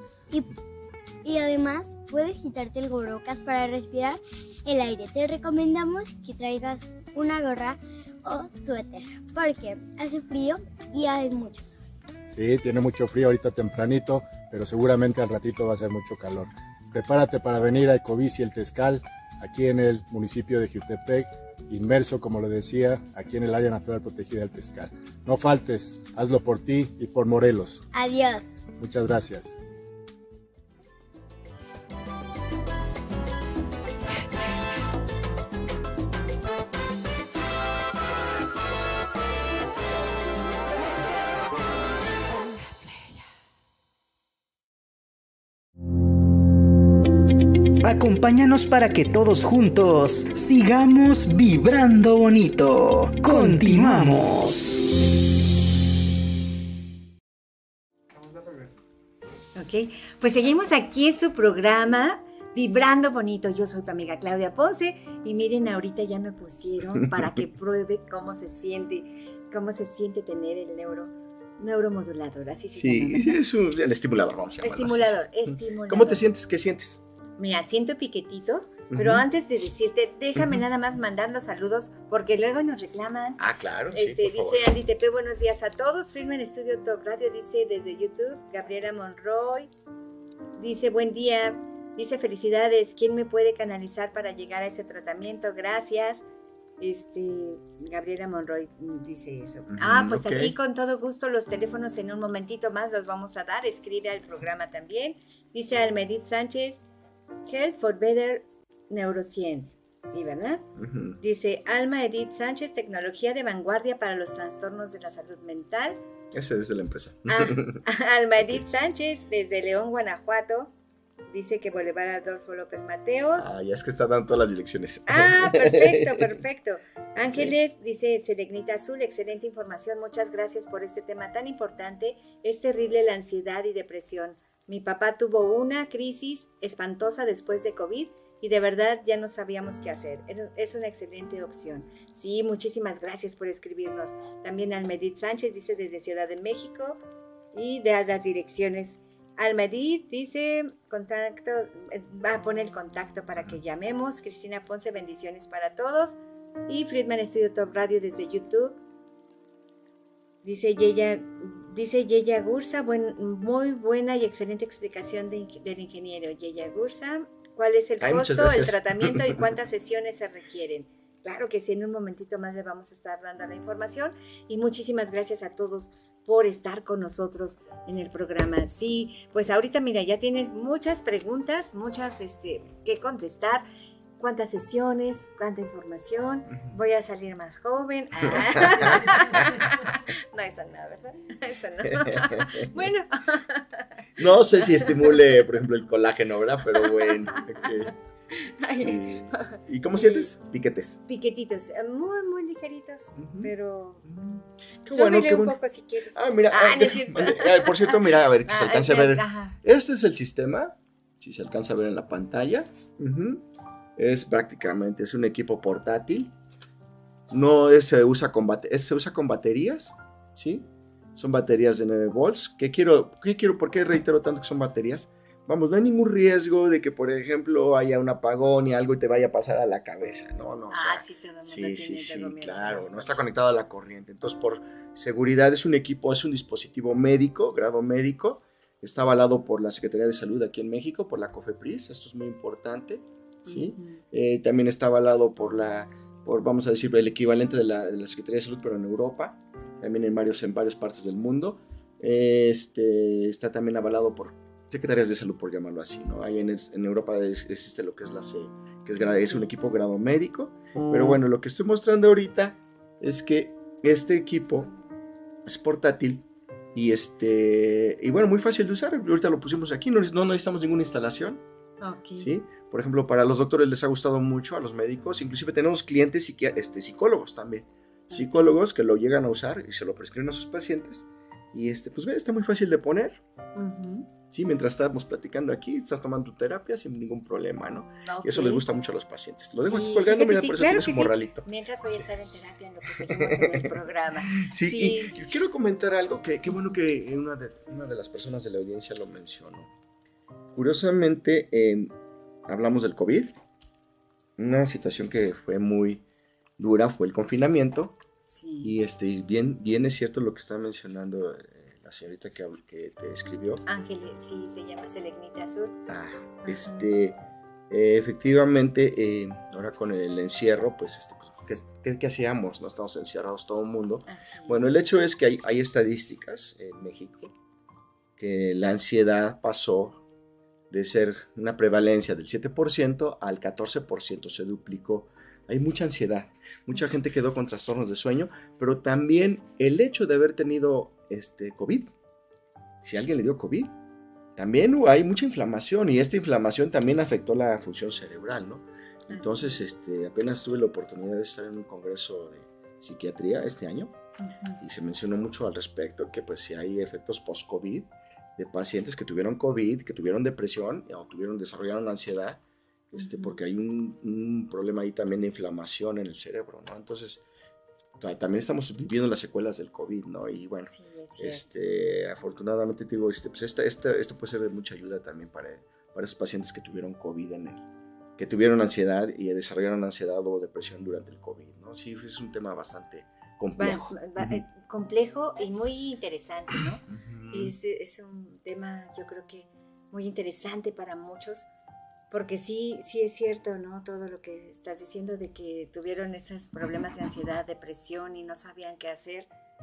Y además puedes quitarte el cubrebocas para respirar el aire. Te recomendamos que traigas una gorra o suéter porque hace frío y hay mucho sol. Sí, tiene mucho frío ahorita tempranito, pero seguramente al ratito va a ser mucho calor. Prepárate para venir a Ecobici El Tezcal, aquí en el municipio de Jiutepec, inmerso, como lo decía, aquí en el área natural protegida del Tezcal. No faltes, hazlo por ti y por Morelos. Adiós. Muchas gracias. Acompáñanos para que todos juntos sigamos vibrando bonito. Continuamos. Ok, pues seguimos aquí en su programa Vibrando Bonito. Yo soy tu amiga Claudia Ponce y miren, ahorita ya me pusieron para que pruebe cómo se siente tener el neuromodulador, así se llama. Sí, es el estimulador, vamos a llamarlo Estimulador. ¿Cómo te sientes? ¿Qué sientes? Mira, siento piquetitos, pero antes de decirte, déjame nada más mandar los saludos, porque luego nos reclaman. Ah, claro, sí, por dice favor. Andy Tepe, buenos días a todos. Friedman Studio Top Radio dice desde YouTube. Gabriela Monroy dice, buen día. Dice, felicidades. ¿Quién me puede canalizar para llegar a ese tratamiento? Gracias. Gabriela Monroy dice eso. Pues okay. Aquí con todo gusto los teléfonos en un momentito más los vamos a dar. Escribe al programa también. Dice Almedit Sánchez, Health for Better Neuroscience. Sí, ¿verdad? Dice Alma Edith Sánchez, tecnología de vanguardia para los trastornos de la salud mental. Ese es de la empresa. Alma Edith Sánchez, desde León, Guanajuato. Dice que Boulevard Adolfo López Mateos. Ya es que está dando todas las direcciones. Perfecto. Ángeles, dice Selegnita Azul, excelente información. Muchas gracias por este tema tan importante. Es terrible la ansiedad y depresión. Mi papá tuvo una crisis espantosa después de COVID y de verdad ya no sabíamos qué hacer. Es una excelente opción. Sí, muchísimas gracias por escribirnos. También Almedit Sánchez dice desde Ciudad de México y de las direcciones. Almedit dice contacto, va a poner el contacto para que llamemos. Cristina Ponce, bendiciones para todos. Y Friedman Studio Top Radio desde YouTube. Dice Yeya Gursa, muy buena y excelente explicación del ingeniero Yeya Gursa. ¿Cuál es el costo, el tratamiento y cuántas sesiones se requieren? Claro que sí, en un momentito más le vamos a estar dando la información. Y muchísimas gracias a todos por estar con nosotros en el programa. Sí, pues ahorita mira, ya tienes muchas preguntas, muchas que contestar. ¿Cuántas sesiones? ¿Cuánta información? ¿Voy a salir más joven? No, eso no, ¿verdad? Eso no. Bueno. No sé si estimule, por ejemplo, el colágeno, ¿verdad? Pero bueno. Sí. ¿Y cómo sientes? Piquetes. Piquetitos, muy ligeritos, pero... Qué bueno, un poco si quieres. Mira, por cierto, mira, a ver, que se alcance a ver. Este es el sistema, si se alcanza a ver en la pantalla. Es prácticamente, es un equipo portátil. No se usa con baterías, ¿sí? Son baterías de 9 volts. ¿Por qué reitero tanto que son baterías? Vamos, no hay ningún riesgo de que, por ejemplo, haya un apagón y algo y te vaya a pasar a la cabeza. No. Sí, claro. No está conectado a la corriente. Entonces, por seguridad, es un dispositivo médico, grado médico. Está avalado por la Secretaría de Salud aquí en México, por la COFEPRIS. Esto es muy importante. ¿Sí? También está avalado por vamos a decir, el equivalente de la Secretaría de Salud, pero en Europa, también en varias partes del mundo. Está también avalado por secretarias de salud, por llamarlo así, ¿no? Ahí en Europa existe lo que es la CE, que es un equipo grado médico. Pero bueno, lo que estoy mostrando ahorita es que este equipo es portátil y bueno, muy fácil de usar. Ahorita lo pusimos aquí, no necesitamos ninguna instalación. Okay. ¿Sí? Por ejemplo, para los doctores les ha gustado mucho, a los médicos, inclusive tenemos clientes psicólogos también, psicólogos que lo llegan a usar y se lo prescriben a sus pacientes y pues ve, está muy fácil de poner. Sí, mientras estamos platicando aquí, estás tomando tu terapia sin ningún problema, ¿no? Okay. Y eso les gusta mucho a los pacientes. Te lo dejo aquí colgando, mira, por eso tienes un morralito. Mientras voy a estar en terapia en lo que seguimos en el programa. Sí. Y quiero comentar algo que qué bueno que una de las personas de la audiencia lo mencionó. Curiosamente, hablamos del COVID. Una situación que fue muy dura fue el confinamiento. Sí. Y bien es cierto lo que está mencionando la señorita que te escribió. Ángeles, sí, se llama Selegnita Azul. Efectivamente, ahora con el encierro, pues, ¿qué hacíamos? No estamos encerrados todo el mundo. Bueno, el hecho es que hay estadísticas en México que la ansiedad pasó de ser una prevalencia del 7% al 14%, se duplicó. Hay mucha ansiedad, mucha gente quedó con trastornos de sueño, pero también el hecho de haber tenido COVID, si alguien le dio COVID, también hay mucha inflamación, y esta inflamación también afectó la función cerebral, ¿no? Entonces, apenas tuve la oportunidad de estar en un congreso de psiquiatría este año, y se mencionó mucho al respecto, que pues si hay efectos post-COVID de pacientes que tuvieron COVID, que tuvieron depresión o desarrollaron ansiedad, porque hay un problema ahí también de inflamación en el cerebro, ¿no? Entonces, también estamos viviendo las secuelas del COVID, ¿no? Y bueno, sí, afortunadamente te digo, pues esto puede ser de mucha ayuda también para esos pacientes que tuvieron COVID que tuvieron ansiedad y desarrollaron ansiedad o depresión durante el COVID, ¿no? Sí, es un tema bastante complejo. Complejo y muy interesante, ¿no? Es un tema, yo creo que muy interesante para muchos, porque sí es cierto, ¿no? Todo lo que estás diciendo de que tuvieron esos problemas de ansiedad, depresión y no sabían qué hacer.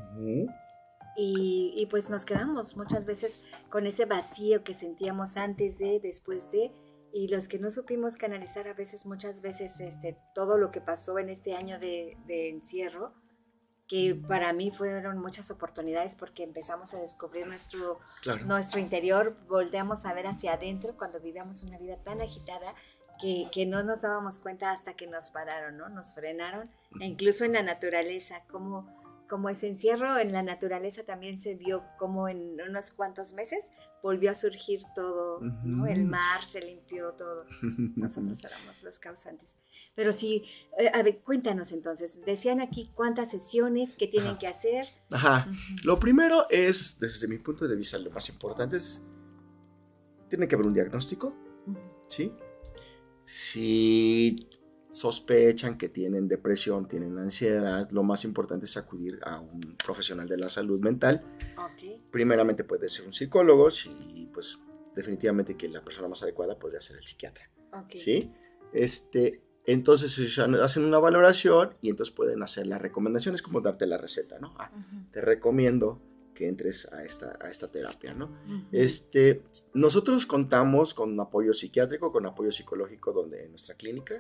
Y pues nos quedamos muchas veces con ese vacío que sentíamos antes de, después de, y los que no supimos canalizar muchas veces todo lo que pasó en este año de encierro, que para mí fueron muchas oportunidades porque empezamos a descubrir nuestro interior, volteamos a ver hacia adentro cuando vivíamos una vida tan agitada que no nos dábamos cuenta hasta que nos pararon, ¿no? Nos frenaron, e incluso en la naturaleza, como ese encierro en la naturaleza también se vio como en unos cuantos meses volvió a surgir todo, ¿no? El mar se limpió todo, nosotros éramos los causantes. Pero sí, a ver, cuéntanos entonces, decían aquí cuántas sesiones, qué tienen que hacer. Lo primero es, desde mi punto de vista, lo más importante es, tiene que haber un diagnóstico, ¿sí? Si sospechan que tienen depresión, tienen ansiedad, lo más importante es acudir a un profesional de la salud mental. Primeramente puede ser un psicólogo, y pues definitivamente que la persona más adecuada podría ser el psiquiatra. ¿Sí? Entonces hacen una valoración y entonces pueden hacer las recomendaciones, como darte la receta, ¿no? Te recomiendo que entres a esta terapia, ¿no? Nosotros contamos con apoyo psiquiátrico, con apoyo psicológico en nuestra clínica.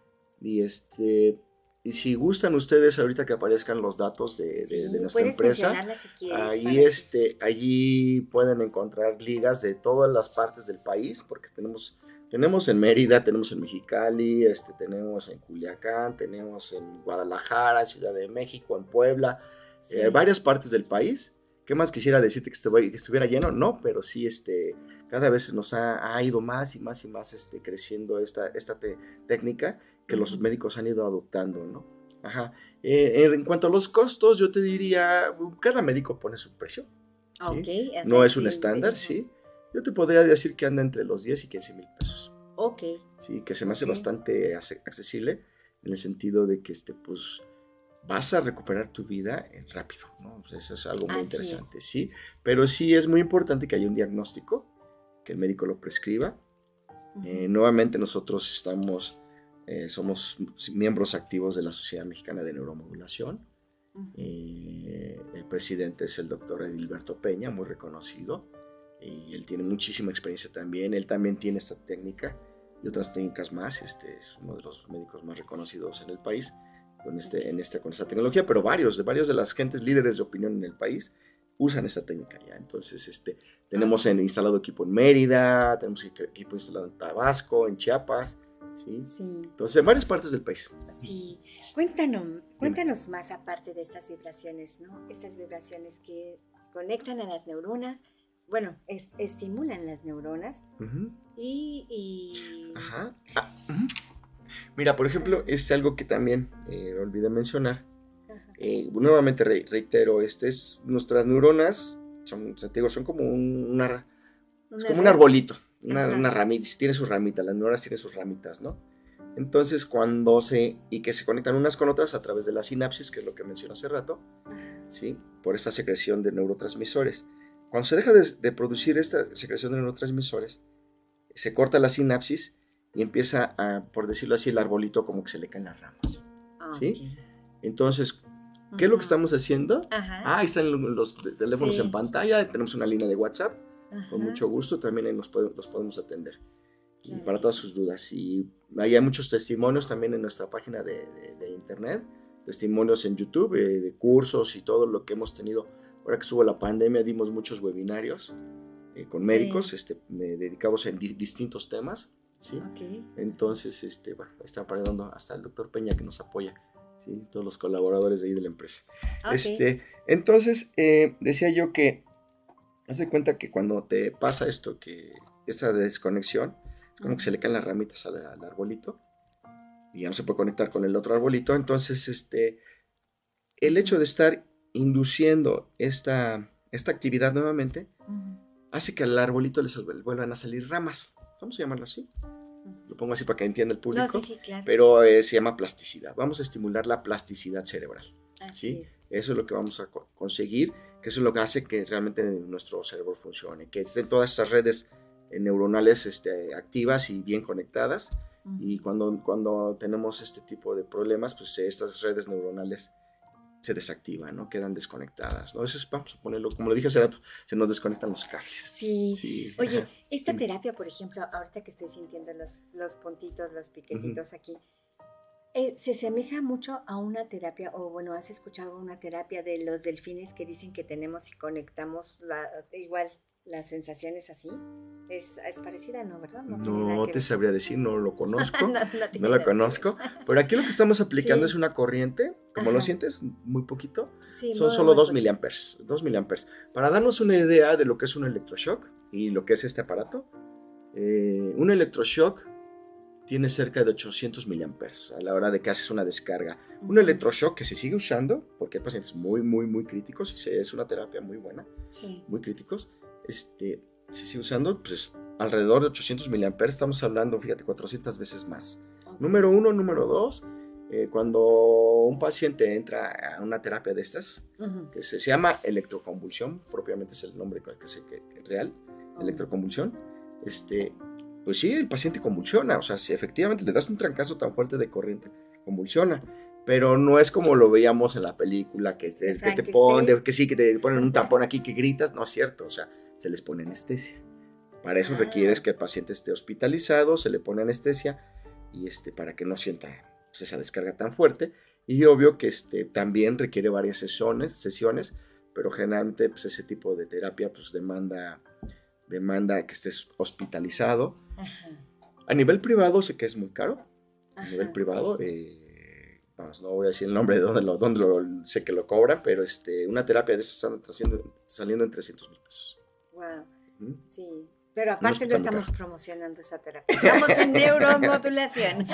Y si gustan ustedes, ahorita que aparezcan los datos de nuestra empresa, si quieres, allí pueden encontrar ligas de todas las partes del país, porque tenemos en Mérida, tenemos en Mexicali, tenemos en Culiacán, tenemos en Guadalajara, Ciudad de México, en Puebla, varias partes del país. ¿Qué más quisiera decirte? ¿Que estuviera lleno? No, pero sí, cada vez nos ha ido más y más y más creciendo esta técnica que los médicos han ido adoptando, ¿no? En cuanto a los costos, yo te diría, cada médico pone su precio, ¿sí? No es un estándar, ¿sí? Yo te podría decir que anda entre los 10 y 15 mil pesos. Sí, que se me hace bastante accesible, en el sentido de que, pues, vas a recuperar tu vida rápido, ¿no? O sea, eso es algo muy interesante, ¿sí? Pero sí es muy importante que haya un diagnóstico, que el médico lo prescriba. Nuevamente nosotros somos miembros activos de la Sociedad Mexicana de Neuromodulación. El presidente es el doctor Edilberto Peña, muy reconocido, y él tiene muchísima experiencia también. Él también tiene esta técnica y otras técnicas más. Es uno de los médicos más reconocidos en el país con esta tecnología, pero varios de las gentes líderes de opinión en el país usan esta técnica ya. Entonces, tenemos instalado equipo en Mérida, tenemos equipo instalado en Tabasco, en Chiapas, ¿sí? Entonces, en varias partes del país. Sí. Cuéntanos más aparte de estas vibraciones, ¿no? Estas vibraciones que conectan a las neuronas, bueno, estimulan las neuronas y... Mira, por ejemplo, algo que también olvidé mencionar. Nuevamente reitero, nuestras neuronas son como un arbolito, una ramita, tiene sus ramitas, las neuronas tienen sus ramitas, ¿no? Entonces, que se conectan unas con otras a través de la sinapsis, que es lo que mencioné hace rato, ¿sí? Por esta secreción de neurotransmisores. Cuando se deja de producir esta secreción de neurotransmisores, se corta la sinapsis y empieza a, por decirlo así, el arbolito como que se le caen las ramas. ¿Sí? Ok. Entonces, ¿qué es lo que estamos haciendo? Ajá. Ahí están los teléfonos Sí. en pantalla, tenemos una línea de WhatsApp, con Ajá. mucho gusto también ahí los podemos atender. Y Claro para que todas sí. sus dudas. Y ahí hay muchos testimonios también en nuestra página de internet, testimonios en YouTube, de cursos y todo lo que hemos tenido. Ahora que estuvo la pandemia, dimos muchos webinarios con Sí. médicos dedicados en distintos temas. ¿Sí? Ok. Entonces, bueno, está parando hasta el doctor Peña que nos apoya, ¿sí? Todos los colaboradores de ahí de la empresa. Ok. Entonces, decía yo que, haz de cuenta que cuando te pasa esto, que esta desconexión, como que se le caen las ramitas al arbolito y ya no se puede conectar con el otro arbolito, entonces, el hecho de estar induciendo esta actividad nuevamente, Ujú. hace que al arbolito le vuelvan a salir ramas. Vamos a llamarlo así. Lo pongo así para que entienda el público. No, sí, claro. Pero se llama plasticidad. Vamos a estimular la plasticidad cerebral. Así ¿Sí? es. Eso es lo que vamos a conseguir, que eso es lo que hace que realmente nuestro cerebro funcione, que estén todas estas redes neuronales activas y bien conectadas. Ujú. Y cuando tenemos este tipo de problemas, pues estas redes neuronales se desactivan, ¿no? Quedan desconectadas, ¿no? Eso es, vamos a ponerlo, como lo dije hace rato, se nos desconectan los cables. Sí. Sí. Oye, Ajá. esta terapia, por ejemplo, ahorita que estoy sintiendo los puntitos, los piquetitos aquí, se asemeja mucho a una terapia, o bueno, ¿has escuchado una terapia de los delfines que dicen que tenemos y conectamos igual las sensaciones así? Es parecida, ¿no? ¿Verdad? No tiene nada No que te ver. sabría decir, no lo conozco, No no tiene nada lo que ver. conozco, pero aquí lo que estamos aplicando Sí. es una corriente, como lo Ajá. sientes, muy poquito, Sí, son muy, solo muy 2 poquito. miliamperes, 2 miliamperes. Para darnos una idea de lo que es un electroshock y lo que es este aparato, un electroshock tiene cerca de 800 miliamperes a la hora de que haces una descarga. Un Ujú. electroshock que se sigue usando, porque hay pacientes muy, muy, muy críticos, y es una terapia muy buena, Sí. muy críticos, se sigue usando, pues alrededor de 800 miliamperes, estamos hablando, fíjate, 400 veces más. Ok. Número 1, número 2, cuando un paciente entra a una terapia de estas, Ujú. que se llama electroconvulsión, propiamente es el nombre que real, Oh. electroconvulsión, pues sí, el paciente convulsiona, o sea, si efectivamente le das un trancazo tan fuerte de corriente, convulsiona, pero no es como lo veíamos en la película, que te ponen, que te ponen un tampón aquí que gritas, no es cierto, o sea, se les pone anestesia. Para eso requieres que el paciente esté hospitalizado, se le pone anestesia y para que no sienta pues, esa descarga tan fuerte. Y obvio que también requiere varias sesiones, pero generalmente pues, ese tipo de terapia pues, demanda que estés hospitalizado. Ajá. A nivel privado sé que es muy caro. A Ajá. nivel privado, vamos, no voy a decir el nombre de dónde sé que lo cobran, pero una terapia de esas anda saliendo en 300,000 pesos. Wow. ¿Mm? Sí. Pero aparte No no es tan estamos caro. promocionando esa terapia. Estamos en neuromodulación.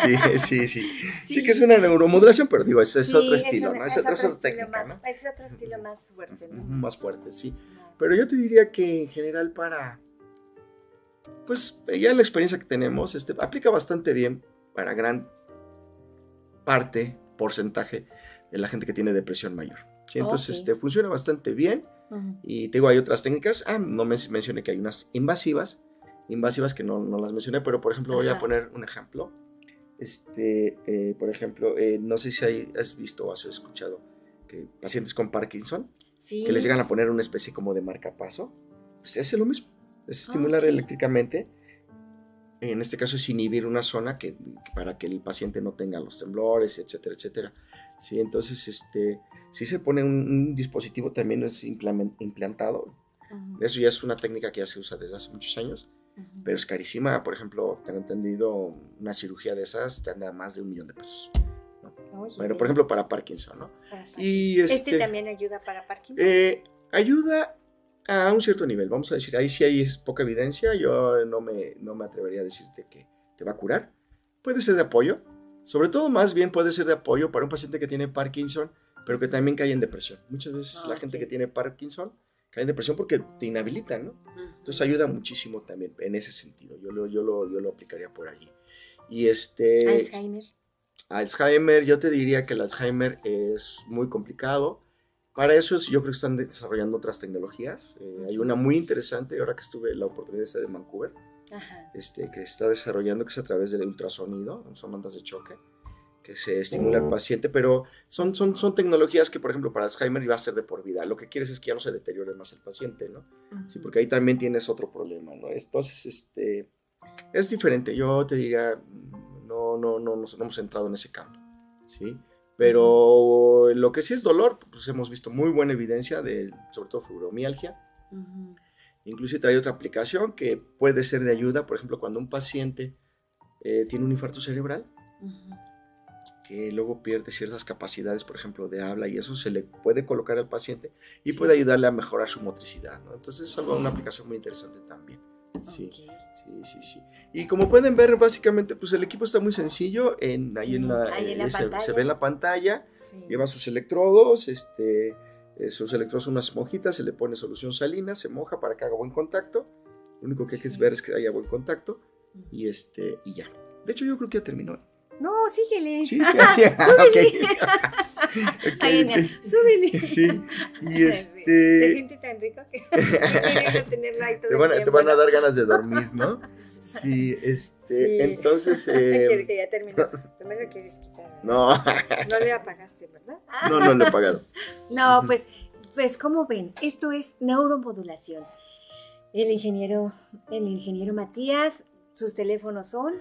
Sí que es una neuromodulación, pero digo, es otro estilo, ¿no? Es otra técnica, más, ¿no? es otro estilo más fuerte, ¿no? Más fuerte, sí. Más- Pero yo te diría que en general pues ya la experiencia que tenemos, aplica bastante bien para gran porcentaje de la gente que tiene depresión mayor. ¿Sí? Entonces, Ok. funciona bastante bien. Ujú. Y te digo, hay otras técnicas. No mencioné que hay unas invasivas que no las mencioné, pero por ejemplo voy a Ajá. poner un ejemplo. Por ejemplo, no sé si has visto o has escuchado que pacientes con Parkinson, Sí. que les llegan a poner una especie como de marcapaso, pues hace lo mismo, es estimular Ok. eléctricamente. En este caso es inhibir una zona para que el paciente no tenga los temblores, etcétera, etcétera. Sí, entonces, si se pone un dispositivo también es implantado. Ujú. Eso ya es una técnica que ya se usa desde hace muchos años, Ujú. pero es carísima. Por ejemplo, tengo entendido, una cirugía de esas te anda más de $1,000,000. Oye, Pero, por ejemplo, para Parkinson, ¿no? para Y Parkinson. También ayuda para Parkinson. ayuda a un cierto nivel, vamos a decir, ahí sí hay poca evidencia, yo no me atrevería a decirte que te va a curar. Puede ser de apoyo, sobre todo más bien puede ser de apoyo para un paciente que tiene Parkinson, pero que también cae en depresión. Muchas veces la gente Ok. que tiene Parkinson cae en depresión porque te inhabilitan, ¿no? Ujú. Entonces ayuda muchísimo también en ese sentido, yo lo aplicaría por allí. Y Alzheimer, yo te diría que el Alzheimer es muy complicado. Para eso yo creo que están desarrollando otras tecnologías. Hay una muy interesante, ahora que estuve la oportunidad de estar en Vancouver, Ajá. que está desarrollando, que es a través del ultrasonido, son ondas de choque, que se estimula al paciente, pero son tecnologías que, por ejemplo, para Alzheimer iba a ser de por vida. Lo que quieres es que ya no se deteriore más el paciente, ¿no? Sí, porque ahí también tienes otro problema, ¿no? Entonces, es diferente. Yo te diría, no hemos entrado en ese campo, ¿sí? Pero lo que sí es dolor, pues hemos visto muy buena evidencia de, sobre todo, fibromialgia. Inclusive trae otra aplicación que puede ser de ayuda, por ejemplo, cuando un paciente tiene un infarto cerebral, que luego pierde ciertas capacidades, por ejemplo, de habla, y eso se le puede colocar al paciente y puede ayudarle a mejorar su motricidad, ¿no? Entonces es una aplicación muy interesante también. Sí, sí. Y como pueden ver, básicamente, pues el equipo está muy sencillo. Ahí en la pantalla. Se ve en la pantalla, lleva sus electrodos, sus electrodos son unas esponjitas, se le pone solución salina, se moja para que haga buen contacto. Lo único que hay que ver es que haya buen contacto y ya. De hecho, yo creo que ya terminó. No, síguele. Sí, súbele. Okay. Súbele. Sí, y Se siente tan rico que quiero tenerlo ahí todo el tiempo. Te van a dar ganas de dormir, ¿no? Sí, entonces... que ya terminó. Tú me lo quieres quitar. No. No le apagaste, ¿verdad? No le he pagado. No, pues como ven, esto es neuromodulación. El ingeniero Matías, sus teléfonos son...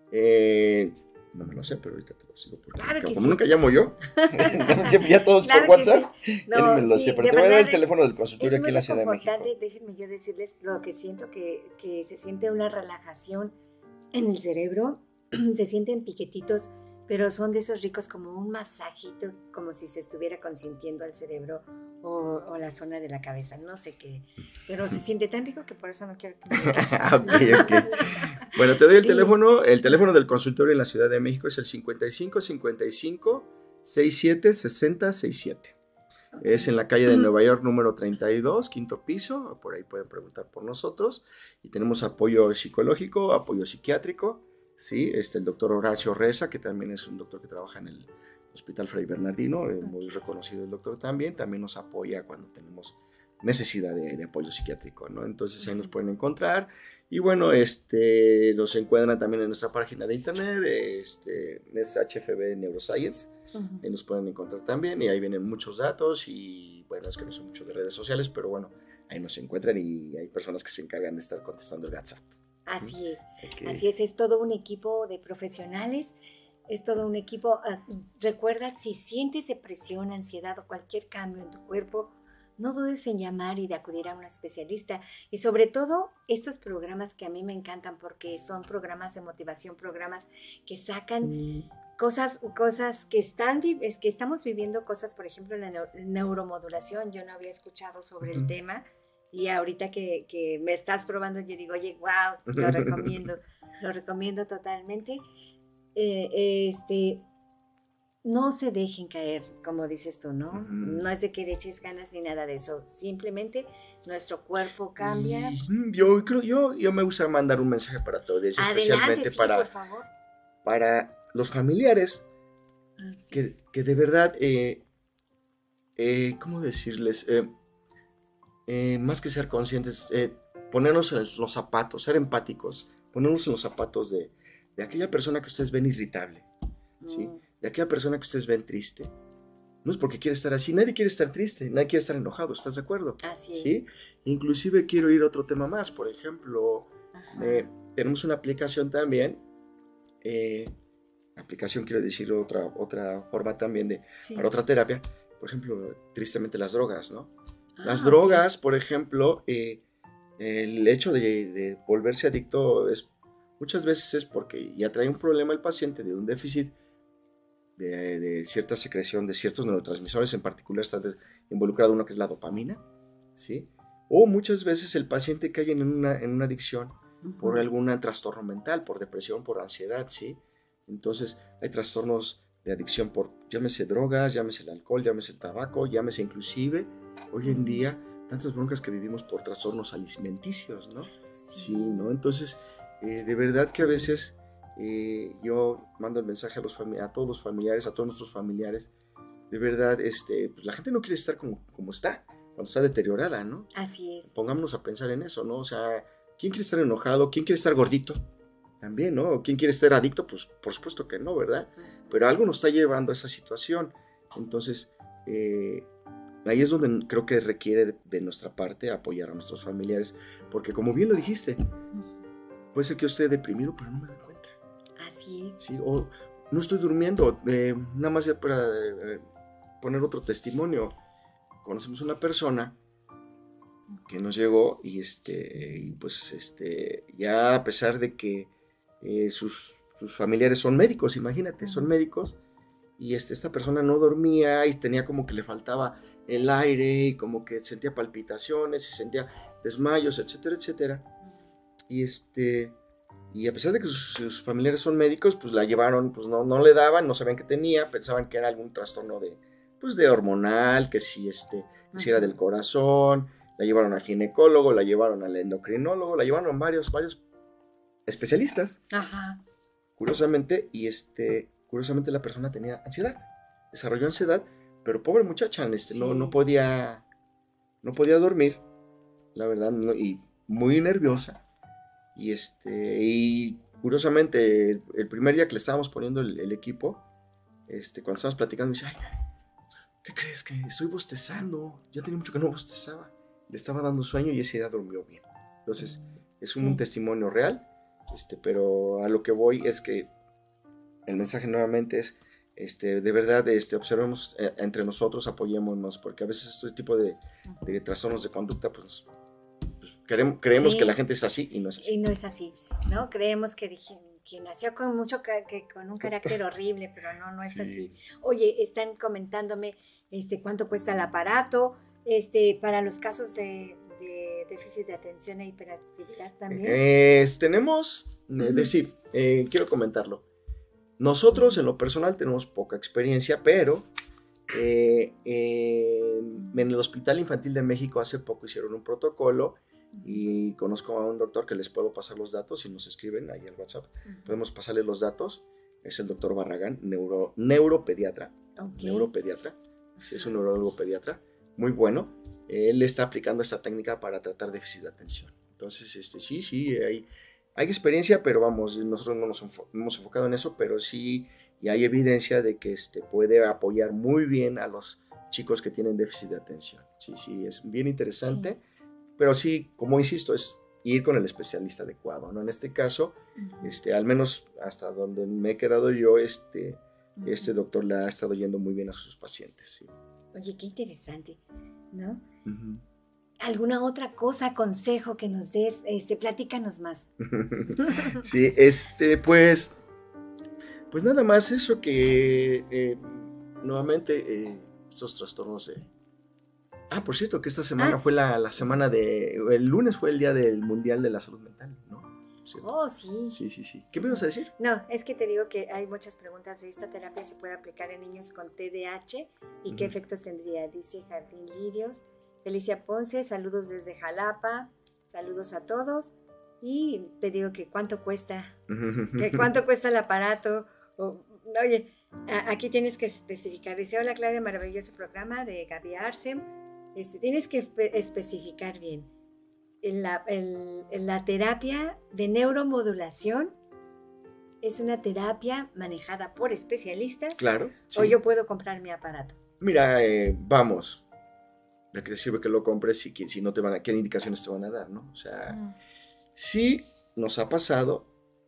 No me lo sé, pero ahorita te lo sigo porque claro que como sí. nunca llamo yo, ya todos claro por WhatsApp, sí. No, me lo sé, pero te voy a dar el teléfono del consultorio aquí en la Ciudad de México. Déjenme yo decirles lo que siento, que se siente una relajación en el cerebro, se sienten piquetitos, pero son de esos ricos como un masajito, como si se estuviera consintiendo al cerebro o la zona de la cabeza, no sé qué, pero se siente tan rico que por eso no quiero que me Ok. Bueno, te doy el teléfono del consultorio en la Ciudad de México es el 55 55 67 60 67. Es en la calle de Nueva York número 32, quinto piso, por ahí pueden preguntar por nosotros, y tenemos apoyo psicológico, apoyo psiquiátrico, ¿sí? El doctor Horacio Reza, que también es un doctor que trabaja en el Hospital Fray Bernardino, muy reconocido el doctor también nos apoya cuando tenemos necesidad de apoyo psiquiátrico, ¿no? Entonces ahí nos pueden encontrar, y bueno, nos encuentran también en nuestra página de internet, es HFB Neuroscience, ahí nos pueden encontrar también, y ahí vienen muchos datos, y bueno, es que no son mucho de redes sociales, pero bueno, ahí nos encuentran, y hay personas que se encargan de estar contestando el WhatsApp. Así es, Okay. Así es todo un equipo de profesionales, es todo un equipo. Recuerda, si sientes depresión, ansiedad o cualquier cambio en tu cuerpo, no dudes en llamar y de acudir a un especialista. Y sobre todo, estos programas que a mí me encantan porque son programas de motivación, programas que sacan cosas que estamos viviendo, cosas, por ejemplo, la neuromodulación. Yo no había escuchado sobre el tema. Y ahorita que me estás probando, yo digo, oye, wow, lo recomiendo totalmente. No se dejen caer, como dices tú, ¿no? No es de que le eches ganas ni nada de eso. Simplemente nuestro cuerpo cambia. Yo me gusta mandar un mensaje para todos, especialmente sí, para, por favor. Para los familiares, Sí. que de verdad, ¿cómo decirles? Más que ser conscientes, ponernos en los zapatos, ser empáticos, ponernos en los zapatos de aquella persona que ustedes ven irritable, ¿sí? De aquella persona que ustedes ven triste. No es porque quiere estar así, nadie quiere estar triste, nadie quiere estar enojado, ¿estás de acuerdo? Así es. ¿Sí? Inclusive quiero ir a otro tema más, por ejemplo, tenemos una aplicación también, quiero decir otra forma también para otra terapia, por ejemplo, tristemente las drogas, ¿no? Las drogas, por ejemplo, el hecho de volverse adicto muchas veces es porque ya trae un problema el paciente de un déficit de cierta secreción de ciertos neurotransmisores, en particular está involucrado uno que es la dopamina, ¿sí? O muchas veces el paciente cae en una adicción por algún trastorno mental, por depresión, por ansiedad, ¿sí? Entonces hay trastornos de adicción por, llámese drogas, llámese el alcohol, llámese el tabaco, llámese inclusive, hoy en día, tantas broncas que vivimos por trastornos alimenticios, ¿no? Sí, ¿no? Entonces, de verdad que a veces yo mando el mensaje a todos los familiares, a todos nuestros familiares, de verdad, pues la gente no quiere estar como está, cuando está deteriorada, ¿no? Así es. Pongámonos a pensar en eso, ¿no? O sea, ¿Quién quiere estar enojado? ¿Quién quiere estar gordito? También, ¿no? ¿Quién quiere ser adicto? Pues por supuesto que no, ¿verdad? Pero algo nos está llevando a esa situación. Entonces, ahí es donde creo que requiere de nuestra parte apoyar a nuestros familiares, porque como bien lo dijiste, puede ser que yo esté deprimido, pero no me doy cuenta. Así es. Sí, o no estoy durmiendo. Nada más ya para poner otro testimonio. Conocemos una persona que nos llegó y pues ya a pesar de que sus familiares son médicos, imagínate, son médicos, y esta persona no dormía y tenía como que le faltaba el aire y como que sentía palpitaciones y sentía desmayos, etcétera, etcétera. Y a pesar de que sus familiares son médicos, pues la llevaron, pues no le daban, no sabían qué tenía, pensaban que era algún trastorno de hormonal, que si era del corazón. La llevaron al ginecólogo, la llevaron al endocrinólogo, la llevaron a varios especialistas. Ajá. Curiosamente, curiosamente la persona tenía ansiedad, desarrolló ansiedad, pero pobre muchacha, Sí. no podía dormir, la verdad, y muy nerviosa. Y curiosamente, el primer día que le estábamos poniendo el equipo, cuando estábamos platicando, me dice, ay, ¿qué crees? Que estoy bostezando, ya tenía mucho que no bostezaba. Le estaba dando sueño y ese día durmió bien. Entonces, es un testimonio real, pero a lo que voy es que el mensaje nuevamente es, de verdad, observemos entre nosotros, apoyémonos, porque a veces este tipo de trastornos de conducta, pues creemos que la gente es así y no es así. Y no es así, ¿no? Creemos que nació con con un carácter horrible, pero no es así. Oye, están comentándome cuánto cuesta el aparato, para los casos de déficit de atención e hiperactividad también. Tenemos, quiero comentarlo. Nosotros en lo personal tenemos poca experiencia, pero en el Hospital Infantil de México hace poco hicieron un protocolo y conozco a un doctor que les puedo pasar los datos si nos escriben ahí al WhatsApp. Podemos pasarle los datos. Es el doctor Barragán, neuropediatra. Okay. Neuropediatra. Sí, es un neurólogo pediatra. Muy bueno. Él está aplicando esta técnica para tratar déficit de atención. Entonces, sí, hay experiencia, pero vamos, nosotros no nos hemos enfocado en eso, pero sí, y hay evidencia de que puede apoyar muy bien a los chicos que tienen déficit de atención. Sí, es bien interesante, pero sí, como insisto, es ir con el especialista adecuado, ¿no? En este caso, al menos hasta donde me he quedado yo, este doctor le ha estado yendo muy bien a sus pacientes, sí. Oye, qué interesante, ¿no? ¿Alguna otra cosa, consejo que nos des? Platícanos más. Sí, pues nada más eso que nuevamente estos trastornos de... por cierto, que esta semana fue la semana el lunes fue el día del Mundial de la Salud Mental, ¿no? Oh, sí. Sí. ¿Qué me ibas a decir? No, es que te digo que hay muchas preguntas de esta terapia. ¿Se puede aplicar en niños con TDAH? ¿Y qué efectos tendría? Dice Jardín Lirios. Felicia Ponce, saludos desde Jalapa. Saludos a todos. Y te digo que cuánto cuesta. ¿Cuánto cuesta el aparato? Oye, aquí tienes que especificar. Dice, hola Claudia, maravilloso programa de Gaby Arce. Tienes que especificar bien. En la terapia de neuromodulación es una terapia manejada por especialistas. Claro. Sí. O yo puedo comprar mi aparato. Mira, vamos. ¿De qué sirve que lo compres si no te qué indicaciones te van a dar, ¿no? O sea, sí nos ha pasado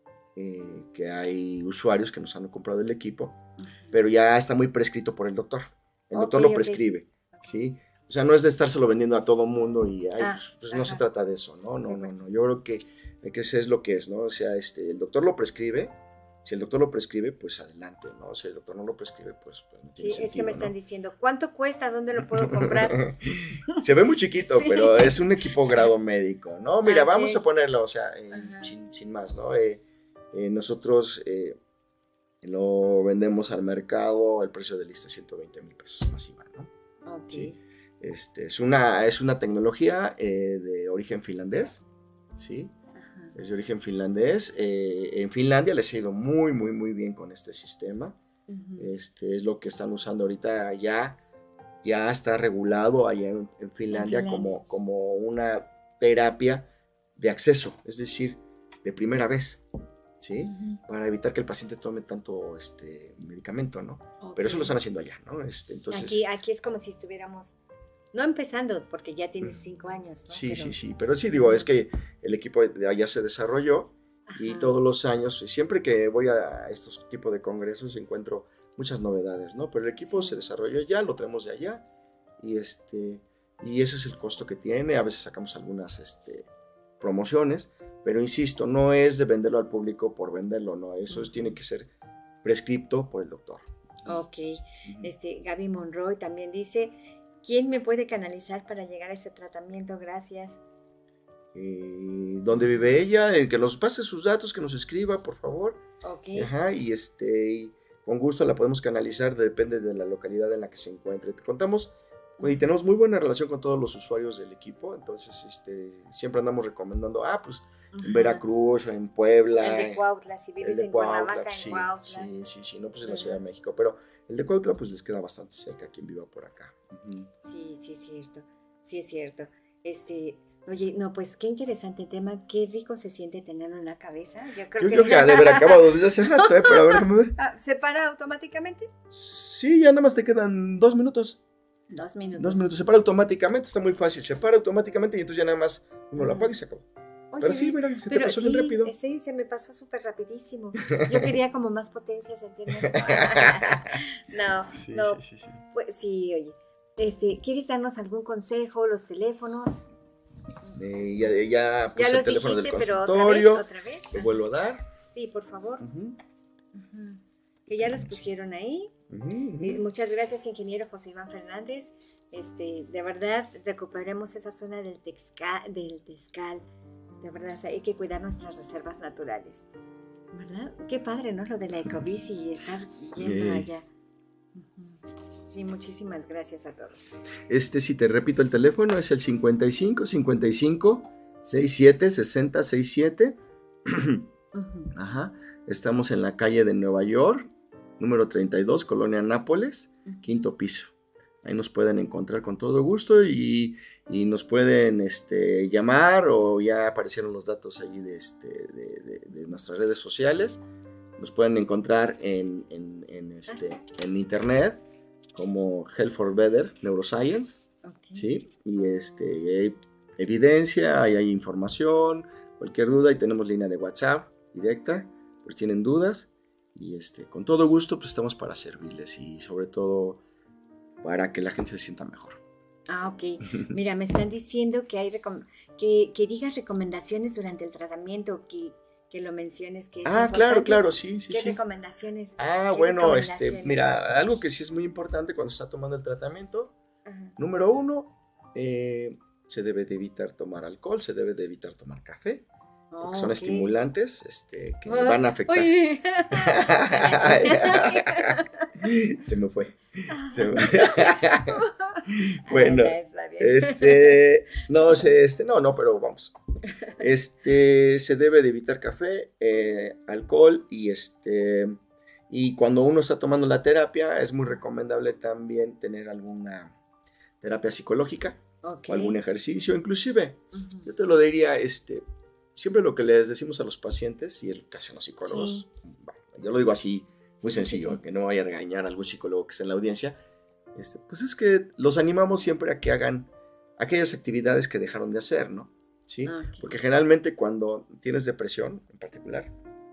que hay usuarios que nos han comprado el equipo, pero ya está muy prescrito por el doctor. El doctor lo prescribe, ¿sí? O sea, no es de estárselo vendiendo a todo mundo y pues no se trata de eso, ¿no? No. Yo creo que eso es lo que es, ¿no? O sea, el doctor lo prescribe. Si el doctor lo prescribe, pues adelante, ¿no? Si el doctor no lo prescribe, pues no tiene sentido, es que me están diciendo, ¿cuánto cuesta? ¿Dónde lo puedo comprar? Se ve muy chiquito, pero es un equipo grado médico, ¿no? Mira, vamos a ponerlo, o sea, sin más, ¿no? Nosotros lo vendemos al mercado, el precio de lista es 120,000 pesos masiva, ¿no? Ok. ¿Sí? Es una tecnología de origen finlandés, ¿sí? Es de origen finlandés. En Finlandia les ha ido muy, muy, muy bien con este sistema. Es lo que están usando ahorita. Ya está regulado allá en Finlandia como una terapia de acceso, es decir, de primera vez, ¿sí? Ujú. Para evitar que el paciente tome tanto medicamento, ¿no? Pero eso Ok. lo están haciendo allá, ¿no? Entonces, Aquí es como si estuviéramos, no empezando, porque ya tienes 5 años, ¿no? sí, Pero- sí, sí, pero sí, digo, es que el equipo de allá se desarrolló y Ajá. todos los años, siempre que voy a estos tipos de congresos, encuentro muchas novedades, ¿no? Pero el equipo Sí. se desarrolló ya, lo tenemos de allá y y ese es el costo que tiene. A veces sacamos algunas promociones, pero insisto, no es de venderlo al público por venderlo, no, eso tiene que ser prescripto por el doctor. Ok. Ujú. Gaby Monroy también dice, ¿quién me puede canalizar para llegar a ese tratamiento? Gracias. ¿Dónde vive ella? Que nos pase sus datos, que nos escriba, por favor. Ok. Ajá, y con gusto la podemos canalizar, depende de la localidad en la que se encuentre. Te contamos y tenemos muy buena relación con todos los usuarios del equipo, entonces siempre andamos recomendando, pues en Ajá. Veracruz o en Puebla. El de Cuautla, si vives en Cuernavaca, en Cuautla. Sí, no, pues en la Ajá. Ciudad de México, pero el de Cuautla pues les queda bastante cerca a quien viva por acá. Ujú. Sí, sí es cierto. Sí es cierto. Oye, no, pues qué interesante tema, qué rico se siente tenerlo en la cabeza. Yo creo Yo que creo que ya de haber acabado desde hace rato, pero a ver, déjame ver. ¿Se para automáticamente? Sí, ya nada más te quedan 2 minutos. 2 minutos. 2 minutos, se para automáticamente, está muy fácil, se para automáticamente y entonces ya nada más uno lo apaga y se acabó. Oye, Pero sí, mira, se te pero pasó bien rápido. Sí, se me pasó súper rapidísimo. Yo quería como más potencia, sentirme No, Sí, no, sí. pues sí, oye. ¿Quieres darnos algún consejo, los teléfonos? Ya puse Ya el los teléfono dijiste, del pero consultorio, otra vez. lo vuelvo a dar. Sí, por favor. Ujú, Ujú. Que ya los pusieron ahí. ujú, ujú. Muchas gracias, ingeniero José Iván Fernández. De verdad, recuperemos esa zona del Texcal. De verdad, o sea, hay que cuidar nuestras reservas naturales. ¿Verdad? Qué padre, ¿no? Lo de la ecobici y estar yendo allá. Ujú. Sí, muchísimas gracias a todos. Si te repito el teléfono, es el 55 55 67 60 67. Ujú. Ajá. Estamos en la calle de Nueva York, número 32, Colonia Nápoles, Ujú. 5º piso. Ahí nos pueden encontrar con todo gusto y nos pueden llamar, o ya aparecieron los datos allí de nuestras redes sociales. Nos pueden encontrar en internet como Health for Better Neuroscience, Okay. ¿sí? Y hay evidencia, hay información, cualquier duda, y tenemos línea de WhatsApp directa, pues tienen dudas, y con todo gusto pues estamos para servirles, y sobre todo para que la gente se sienta mejor. Ok. Mira, me están diciendo que hay que digas recomendaciones durante el tratamiento, que lo menciones, que es importante. Claro, sí. ¿Qué recomendaciones? Bueno, recomendaciones? mira, algo que sí es muy importante cuando se está tomando el tratamiento, Ajá. número 1, se debe de evitar tomar alcohol, se debe de evitar tomar café, porque son Ok. estimulantes que van a afectar. Oye. Se me fue. Bueno, Está bien. no, pero vamos. Se debe de evitar café, alcohol, y cuando uno está tomando la terapia es muy recomendable también tener alguna terapia psicológica, Ok. o algún ejercicio, inclusive. Ujú. Yo te lo diría, siempre lo que les decimos a los pacientes y el que hacen los psicólogos, Sí. bueno, yo lo digo así, muy Sí, sencillo, sí. que no vaya a regañar a algún psicólogo que esté en la audiencia, pues es que los animamos siempre a que hagan aquellas actividades que dejaron de hacer, ¿no? ¿Sí? Ok. Porque generalmente cuando tienes depresión, en particular,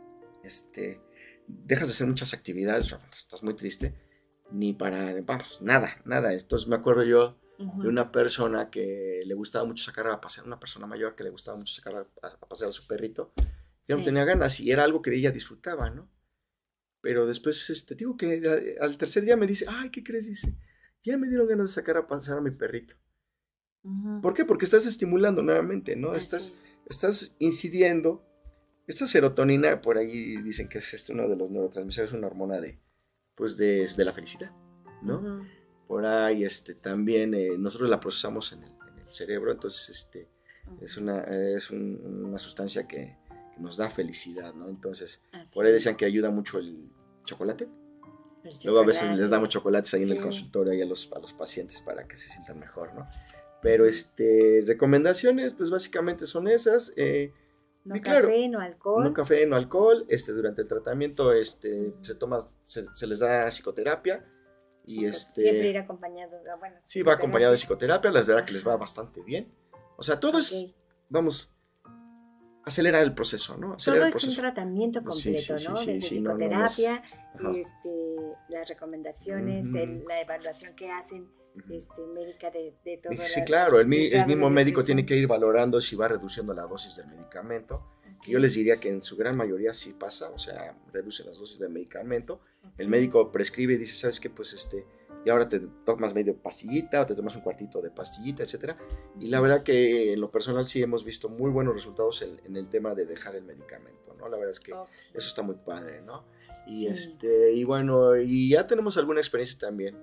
dejas de hacer muchas actividades, estás muy triste, ni para, vamos, nada. Entonces me acuerdo yo Ujú. de una persona que le gustaba mucho sacar a pasear, una persona mayor que le gustaba mucho sacar a pasear a su perrito, ya no Sí. tenía ganas y era algo que ella disfrutaba, ¿no? Pero después, digo que al tercer día me dice, ay, ¿qué crees? Dice, ya me dieron ganas de sacar a pasear a mi perrito. Ujú. ¿Por qué? Porque estás estimulando nuevamente, ¿no? Así Estás incidiendo. Esta serotonina, por ahí dicen que es uno de los neurotransmisores, una hormona de la felicidad, ¿no? Ujú. Por ahí también nosotros la procesamos en el cerebro, entonces es una sustancia que nos da felicidad, ¿no? Entonces, Así por ahí es. decían que ayuda mucho el chocolate. El Luego a veces chocolate. les damos chocolates ahí en el Sí. consultorio y a los pacientes para que se sientan mejor, ¿no? Pero recomendaciones, pues básicamente son esas. No y café, no alcohol. No café, no alcohol. Durante el tratamiento se les da psicoterapia. Y siempre ir acompañado. Bueno, sí, va acompañado de psicoterapia. La verdad que les va bastante bien. O sea, todo es, vamos, acelerar el proceso, ¿no? Todo es un tratamiento completo, ¿no? Desde psicoterapia, las recomendaciones, la evaluación que hacen médica de todo. Sí, claro, el mismo médico tiene que ir valorando si va reduciendo la dosis del medicamento. Que yo les diría que en su gran mayoría sí pasa, o sea, reduce las dosis del medicamento. El médico prescribe y dice, ¿sabes qué? Pues y ahora te tomas medio pastillita o te tomas un cuartito de pastillita, etcétera. Y la verdad que en lo personal sí hemos visto muy buenos resultados en el tema de dejar el medicamento, ¿no? La verdad es que eso está muy padre, ¿no? Y y bueno, y ya tenemos alguna experiencia también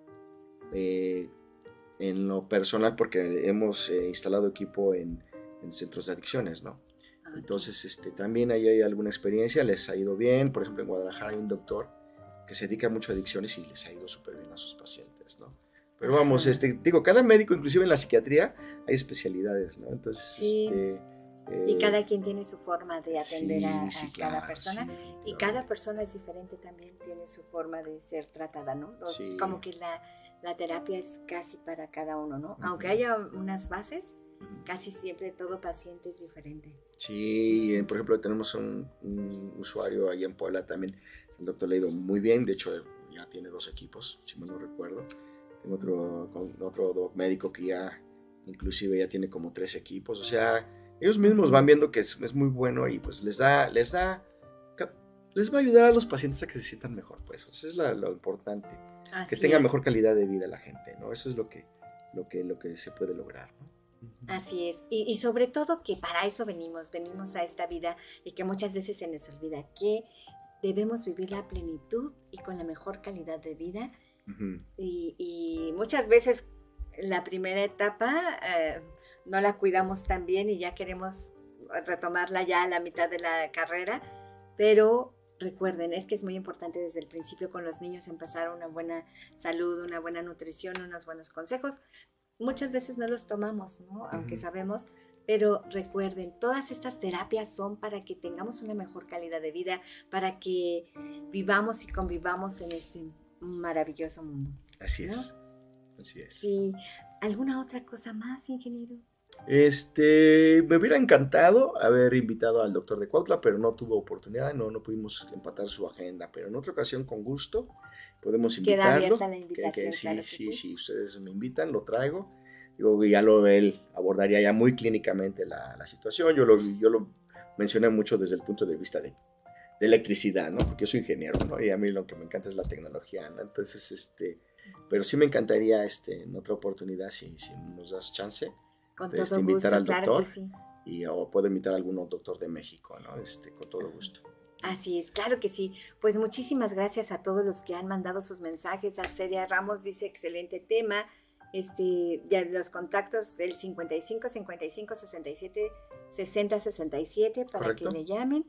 en lo personal porque hemos instalado equipo en centros de adicciones, ¿no? Entonces, también ahí hay alguna experiencia, les ha ido bien. Por ejemplo, en Guadalajara hay un doctor que se dedica mucho a adicciones y les ha ido súper bien a sus pacientes, ¿no? Pero vamos, digo, cada médico, inclusive en la psiquiatría, hay especialidades, ¿no? Entonces, y cada quien tiene su forma de atender a cada persona. Sí, y cada persona es diferente también, tiene su forma de ser tratada, ¿no? Como que la terapia es casi para cada uno, ¿no? Aunque haya unas bases, casi siempre todo paciente es diferente. Sí, por ejemplo, tenemos un usuario ahí en Puebla también, el doctor le ha ido muy bien, de hecho ya tiene 2 equipos, si mal no recuerdo. Tengo otro médico que ya inclusive ya tiene como 3 equipos, o sea, ellos mismos van viendo que es muy bueno y pues les va a ayudar a los pacientes a que se sientan mejor, pues eso es lo importante, que tenga mejor calidad de vida la gente, ¿no? Eso es lo que se puede lograr, ¿no? Así es, y sobre todo que para eso venimos a esta vida y que muchas veces se nos olvida que debemos vivir la plenitud y con la mejor calidad de vida. Y muchas veces la primera etapa no la cuidamos tan bien y ya queremos retomarla ya a la mitad de la carrera, pero recuerden, es que es muy importante desde el principio con los niños empezar una buena salud, una buena nutrición, unos buenos consejos. Muchas veces no los tomamos, ¿no? Aunque sabemos, pero recuerden, todas estas terapias son para que tengamos una mejor calidad de vida, para que vivamos y convivamos en este maravilloso mundo. Así ¿no? es, así es. Sí. ¿Alguna otra cosa más, ingeniero? Me hubiera encantado haber invitado al doctor de Cuautla, pero no tuvo oportunidad, no pudimos empatar su agenda, pero en otra ocasión con gusto podemos invitarlo. Queda abierta la invitación, sí, ustedes me invitan, lo traigo. Digo, él abordaría ya muy clínicamente la situación. Yo lo mencioné mucho desde el punto de vista de electricidad, ¿no? Porque yo soy ingeniero, ¿no? Y a mí lo que me encanta es la tecnología, ¿no? Entonces, pero sí me encantaría en otra oportunidad, si nos das chance, con todo invitar gusto, al doctor, claro que sí. o puedo invitar a algún doctor de México, ¿no? Con todo gusto. Así es, claro que sí. Pues muchísimas gracias a todos los que han mandado sus mensajes. Arcelia Ramos dice, excelente tema. Ya los contactos del 55 55 67 60 67 para Correcto. que le llamen.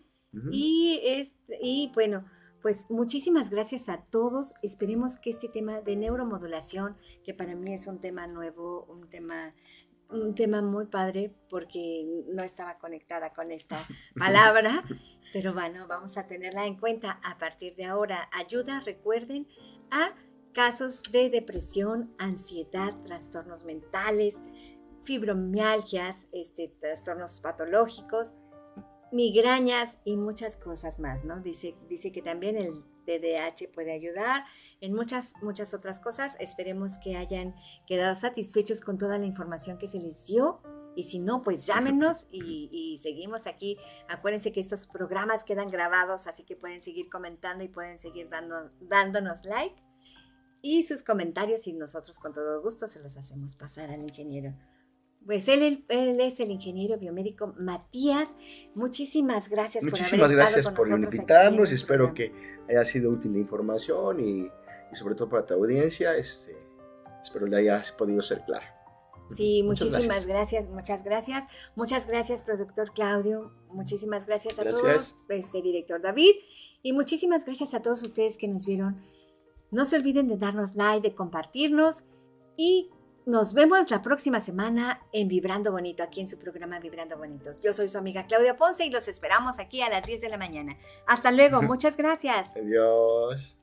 Y bueno, pues muchísimas gracias a todos. Esperemos que este tema de neuromodulación, que para mí es un tema nuevo, un tema muy padre, porque no estaba conectada con esta palabra, pero bueno, vamos a tenerla en cuenta a partir de ahora. Ayuda, recuerden, a casos de depresión, ansiedad, trastornos mentales, fibromialgias, trastornos patológicos, migrañas y muchas cosas más, ¿no? Dice que también el TDAH puede ayudar en muchas otras cosas. Esperemos que hayan quedado satisfechos con toda la información que se les dio. Y si no, pues llámenos y seguimos aquí. Acuérdense que estos programas quedan grabados, así que pueden seguir comentando y pueden seguir dándonos like. Y sus comentarios, y nosotros con todo gusto se los hacemos pasar al ingeniero. Pues él es el ingeniero biomédico Matías. Muchísimas gracias por haber estado con nosotros. Muchísimas gracias por invitarnos. Espero que haya sido útil la información y sobre todo para tu audiencia. Espero le hayas podido ser claro. Sí, muchísimas gracias. Muchas gracias. Muchas gracias, productor Claudio. Muchísimas gracias a todos, director David. Y muchísimas gracias a todos ustedes que nos vieron. No se olviden de darnos like, de compartirnos y Nos vemos la próxima semana en Vibrando Bonito, aquí en su programa Vibrando Bonito. Yo soy su amiga Claudia Ponce y los esperamos aquí a las 10 de la mañana. Hasta luego, muchas gracias. Adiós.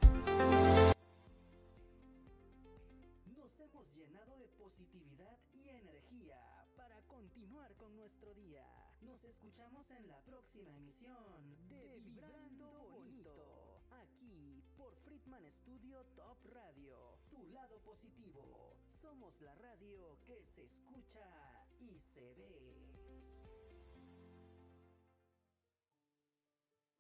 Nos hemos llenado de positividad y energía para continuar con nuestro día. Nos escuchamos en la próxima emisión de Vibrando Bonito, aquí por Friedman Studio Top Radio, tu lado positivo. Somos la radio que se escucha y se ve.